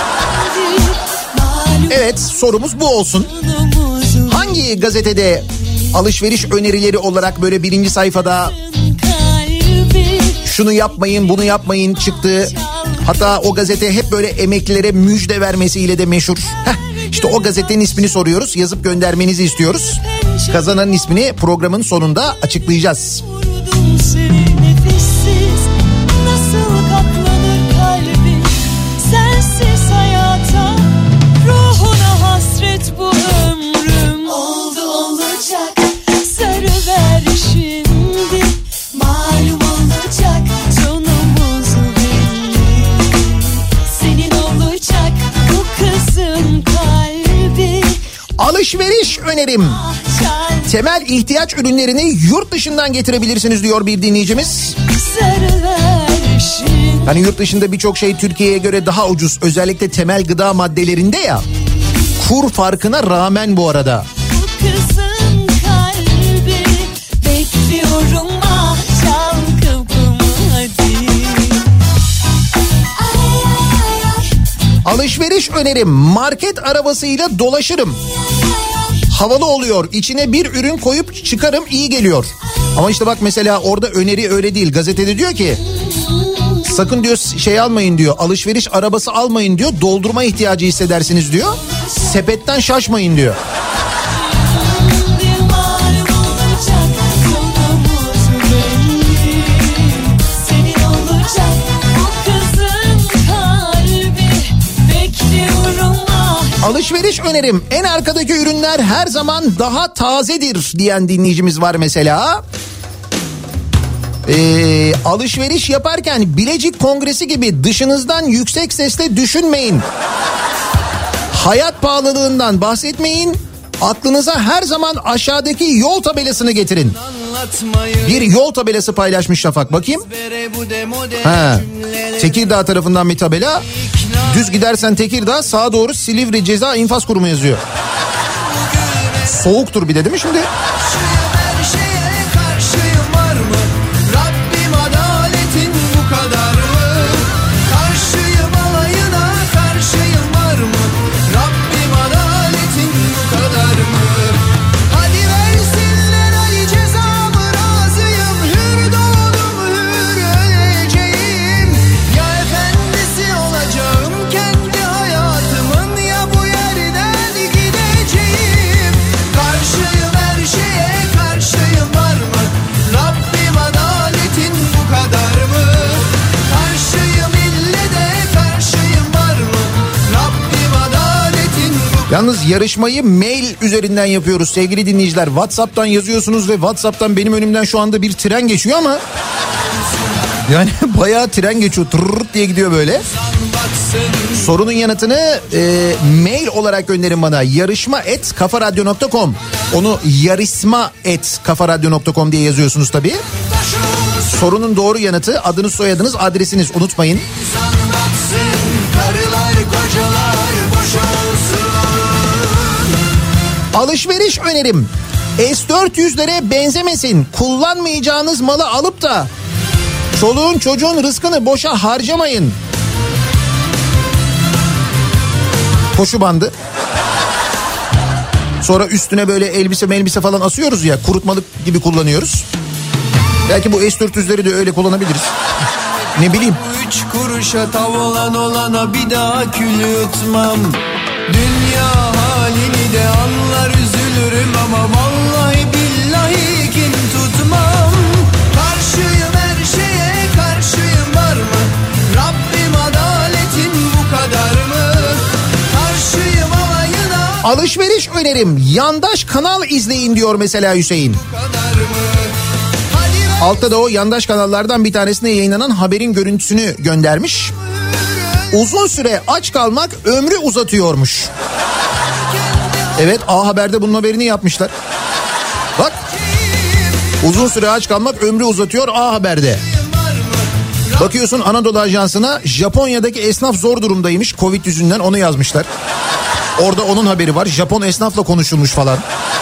Evet, sorumuz bu olsun. Hangi gazetede alışveriş önerileri olarak böyle birinci sayfada şunu yapmayın bunu yapmayın çıktı. Hatta o gazete hep böyle emeklilere müjde vermesiyle de meşhur. Heh, işte o gazetenin ismini soruyoruz, yazıp göndermenizi istiyoruz. Kazananın ismini programın sonunda açıklayacağız. Nasıl katlanır kalbim sensiz hayata, ruhuna hasret bu ömrüm. Oldu olacak, sarıver şimdi, malum olacak, sonumuz belli. Senin olacak bu kızın kalbi. Alışveriş önerim. Temel ihtiyaç ürünlerini yurt dışından getirebilirsiniz diyor bir dinleyicimiz. Hani yurt dışında birçok şey Türkiye'ye göre daha ucuz. Özellikle temel gıda maddelerinde ya. Kur farkına rağmen bu arada. Kızın kalbi, bekliyorum ah çal kapımı hadi. Alışveriş önerim. Market arabasıyla dolaşırım. Havalı oluyor. İçine bir ürün koyup çıkarım, iyi geliyor. Ama işte bak mesela orada öneri öyle değil. Gazetede diyor ki sakın diyor şey almayın diyor. Alışveriş arabası almayın diyor. Doldurma ihtiyacı hissedersiniz diyor. Sepetten şaşmayın diyor. Alışveriş önerim. En arkadaki ürünler her zaman daha tazedir diyen dinleyicimiz var mesela. Ee, alışveriş yaparken Bilecik Kongresi gibi dışınızdan yüksek sesle düşünmeyin. Hayat pahalılığından bahsetmeyin. Aklınıza her zaman aşağıdaki yol tabelasını getirin. Bir yol tabelası paylaşmış Şafak, bakayım. Ha, Tekirdağ tarafından bir tabela. Düz gidersen Tekirdağ, sağa doğru Silivri Ceza İnfaz Kurumu yazıyor. Soğuktur bir de değil mi şimdi? Yalnız yarışmayı mail üzerinden yapıyoruz sevgili dinleyiciler. WhatsApp'tan yazıyorsunuz ve WhatsApp'tan benim önümden şu anda bir tren geçiyor ama yani bayağı tren geçiyor, tırırt diye gidiyor böyle. Sorunun yanıtını e, mail olarak gönderin bana. yarışma et kafaradyo nokta com. Onu yarışma et kafaradyo nokta com diye yazıyorsunuz tabii. Sorunun doğru yanıtı, adınız, soyadınız, adresiniz, unutmayın. Alışveriş önerim. S dört yüzlere benzemesin. Kullanmayacağınız malı alıp da çoluğun çocuğun rızkını boşa harcamayın. koşu bandı. Sonra üstüne böyle elbise elbise falan asıyoruz ya, kurutmalık gibi kullanıyoruz. Belki bu S dört yüzleri de öyle kullanabiliriz. Ne bileyim. Üç kuruşa tavlan olana bir daha kül yutmam. Dünya halini de anlar üzülürüm ama vallahi billahi kin tutmam. Karşıyım her şeye, karşıyım var mı? Rabbim adaletin bu kadar mı? Karşıyım alayına. Alışveriş önerim, yandaş kanal izleyin diyor mesela Hüseyin. Altta da o yandaş kanallardan bir tanesine yayınlanan haberin görüntüsünü göndermiş. Uzun süre aç kalmak ömrü uzatıyormuş. Evet, A Haber'de bunun haberini yapmışlar. Bak, uzun süre aç kalmak ömrü uzatıyor A Haber'de. Bakıyorsun Anadolu Ajansı'na, Japonya'daki esnaf zor durumdaymış Covid yüzünden, onu yazmışlar. Orada onun haberi var, Japon esnafla konuşulmuş falan.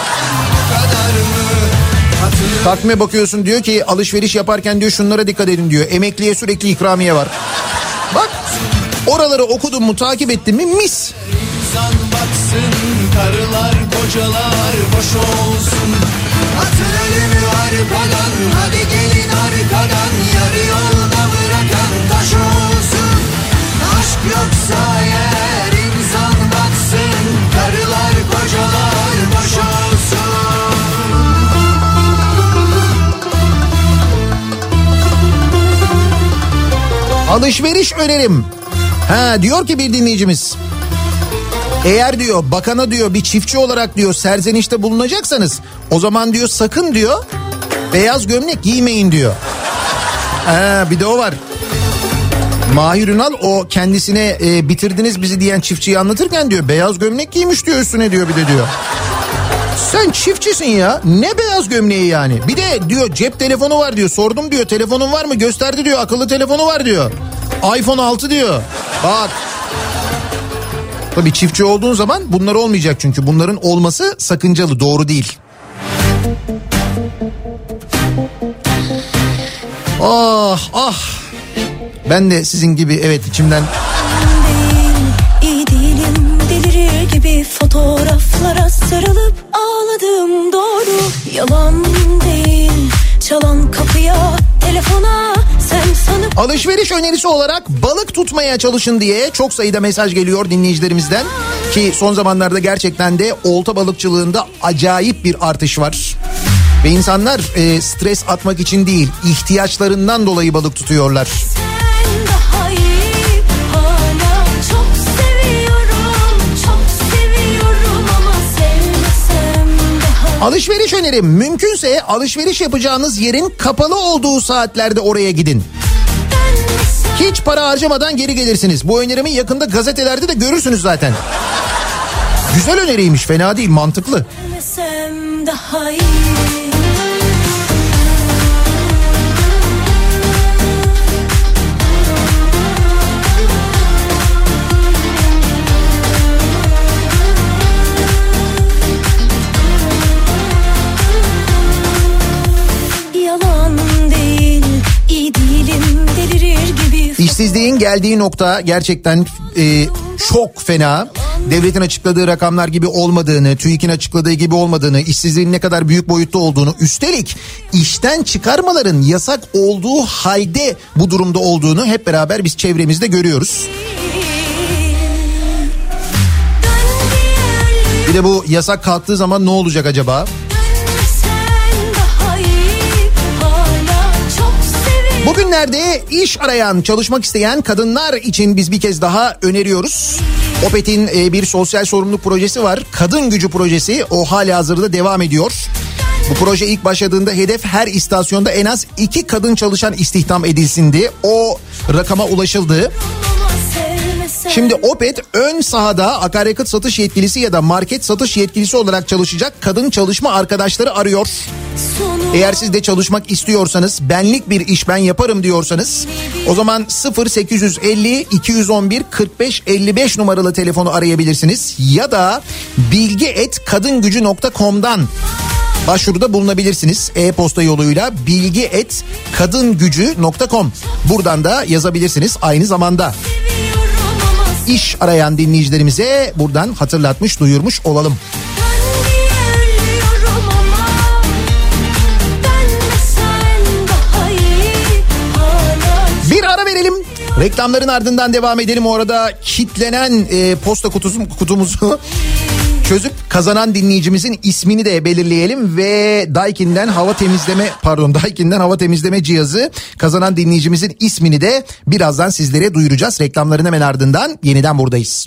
Takvime bakıyorsun, diyor ki alışveriş yaparken diyor şunlara dikkat edin diyor. Emekliye sürekli ikramiye var. Bak, oraları okudun mu, takip ettin mi mis. İnsan baksın, karılar kocalar boş olsun. Atın ölümü arkadan, hadi gelin arkadan. Yarı yolda bırakan taş olsun. Aşk yoksa eğer insan baksın, karılar kocalar boş olsun. Alışveriş önerim. Ha, diyor ki bir dinleyicimiz, eğer diyor bakana diyor bir çiftçi olarak diyor serzenişte bulunacaksanız o zaman diyor sakın diyor beyaz gömlek giymeyin diyor. Ha, bir de o var. Mahir Ünal o kendisine e, bitirdiniz bizi diyen çiftçiyi anlatırken diyor beyaz gömlek giymiş diyor üstüne diyor, bir de diyor. Sen çiftçisin ya, ne beyaz gömleği yani. Bir de diyor cep telefonu var diyor, sordum diyor telefonun var mı, gösterdi diyor akıllı telefonu var diyor. iPhone altı diyor. Bak. Tabii çiftçi olduğun zaman bunlar olmayacak, çünkü bunların olması sakıncalı, doğru değil. Ah ah. Ben de sizin gibi evet içimden... İyi değilim, delirir gibi fotoğraflara sarılıp ağladım, doğru yalan değil. Çalan kapıya, telefona sen sanıp... Alışveriş önerisi olarak balık tutmaya çalışın diye çok sayıda mesaj geliyor dinleyicilerimizden. Ki son zamanlarda gerçekten de olta balıkçılığında acayip bir artış var. Ve insanlar e, stres atmak için değil, ihtiyaçlarından dolayı balık tutuyorlar. Alışveriş önerim, mümkünse alışveriş yapacağınız yerin kapalı olduğu saatlerde oraya gidin. Hiç para harcamadan geri gelirsiniz. Bu önerimi yakında gazetelerde de görürsünüz zaten. Güzel öneriymiş, fena değil, mantıklı. Daha iyi. İşsizliğin geldiği nokta gerçekten e, çok fena. Devletin açıkladığı rakamlar gibi olmadığını, TÜİK'in açıkladığı gibi olmadığını, işsizliğin ne kadar büyük boyutta olduğunu, üstelik işten çıkarmaların yasak olduğu halde bu durumda olduğunu hep beraber biz çevremizde görüyoruz. Bir de bu yasak kalktığı zaman ne olacak acaba? Bugünlerde iş arayan, çalışmak isteyen kadınlar için biz bir kez daha öneriyoruz. Opet'in bir sosyal sorumluluk projesi var. Kadın Gücü projesi, o halihazırda devam ediyor. Bu proje ilk başladığında hedef her istasyonda en az iki kadın çalışan istihdam edilsindi. O rakama ulaşıldı. Şimdi Opet ön sahada akaryakıt satış yetkilisi ya da market satış yetkilisi olarak çalışacak kadın çalışma arkadaşları arıyor. Eğer siz de çalışmak istiyorsanız, benlik bir iş ben yaparım diyorsanız o zaman sıfır sekiz yüz elli iki yüz on bir kırk beş elli beş numaralı telefonu arayabilirsiniz. Ya da bilgi et kadingücü nokta com'dan başvuruda bulunabilirsiniz. E-posta yoluyla bilgi et kadingücü nokta com, buradan da yazabilirsiniz aynı zamanda. iş arayan dinleyicilerimize buradan hatırlatmış, duyurmuş olalım. Bir ara verelim. Reklamların ardından devam edelim. O arada kitlenen e, posta kutusu, kutumuzu çözüp kazanan dinleyicimizin ismini de belirleyelim ve Daikin'den hava temizleme pardon Daikin'den hava temizleme cihazı kazanan dinleyicimizin ismini de birazdan sizlere duyuracağız. Reklamların hemen ardından yeniden buradayız.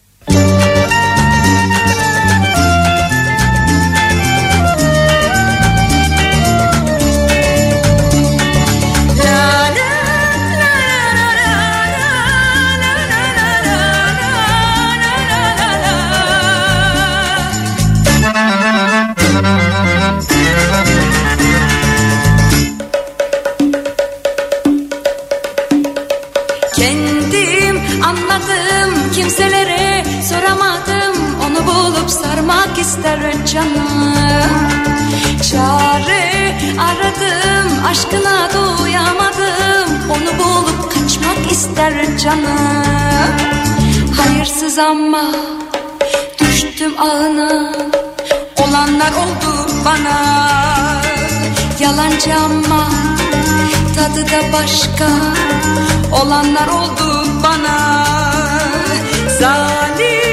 İster canım, çare aradım, aşkına doyamadım, onu bulup kaçmak ister canım. Hayırsız ama düştüm ağına, olanlar oldu bana. Yalancı ama tadı da başka, olanlar oldu bana. Zalim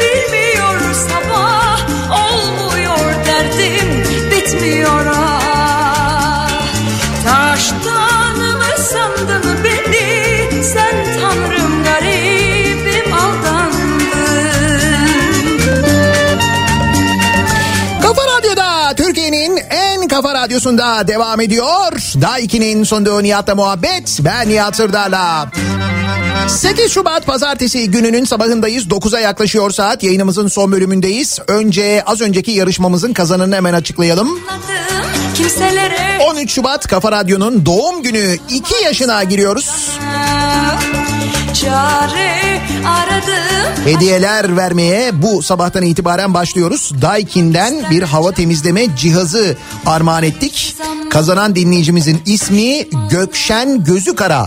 bitmiyor ah. Taştan mı sandın beni, sen tanrım garibim aldandın. Kafa Radyo'da, Türkiye'nin en kafa radyosunda devam ediyor. Daiki'nin sonunda Nihat'la muhabbet. Ben Nihat Sırdar'la. sekiz Şubat Pazartesi gününün sabahındayız. dokuza yaklaşıyor saat. Yayınımızın son bölümündeyiz. Önce az önceki yarışmamızın kazananını hemen açıklayalım. on üç Şubat Kafa Radyo'nun doğum günü, iki yaşına giriyoruz. Hediyeler vermeye bu sabahtan itibaren başlıyoruz. Daikin'den bir hava temizleme cihazı armağan ettik. Kazanan dinleyicimizin ismi Gökşen Gözükara.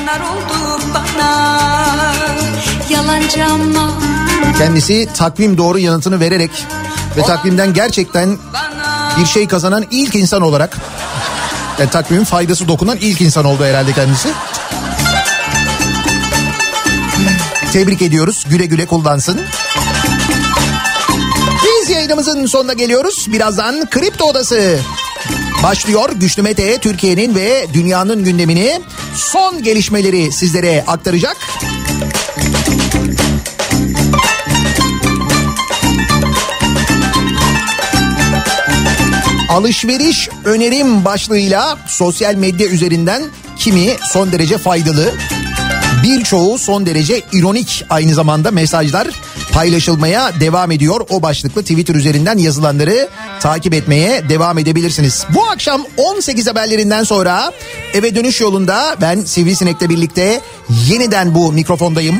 Kendisi takvim doğru yanıtını vererek ve takvimden gerçekten bir şey kazanan ilk insan olarak, yani takvimin faydası dokunan ilk insan oldu herhalde kendisi. Tebrik ediyoruz. Güle güle kullansın. Biz yayınımızın sonuna geliyoruz. Birazdan Kripto Odası başlıyor. Güçlü Mete Türkiye'nin ve dünyanın gündemini, son gelişmeleri sizlere aktaracak. Alışveriş önerim başlığıyla sosyal medya üzerinden kimi son derece faydalı, birçoğu son derece ironik aynı zamanda mesajlar paylaşılmaya devam ediyor. O başlıklı Twitter üzerinden yazılanları takip etmeye devam edebilirsiniz. Bu akşam on sekiz haberlerinden sonra eve dönüş yolunda ben Sivrisinek'le birlikte yeniden bu mikrofondayım.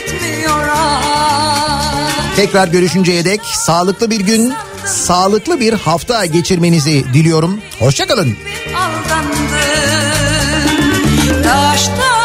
Tekrar görüşünceye dek sağlıklı bir gün, sağlıklı bir hafta geçirmenizi diliyorum. Hoşça kalın. Taştan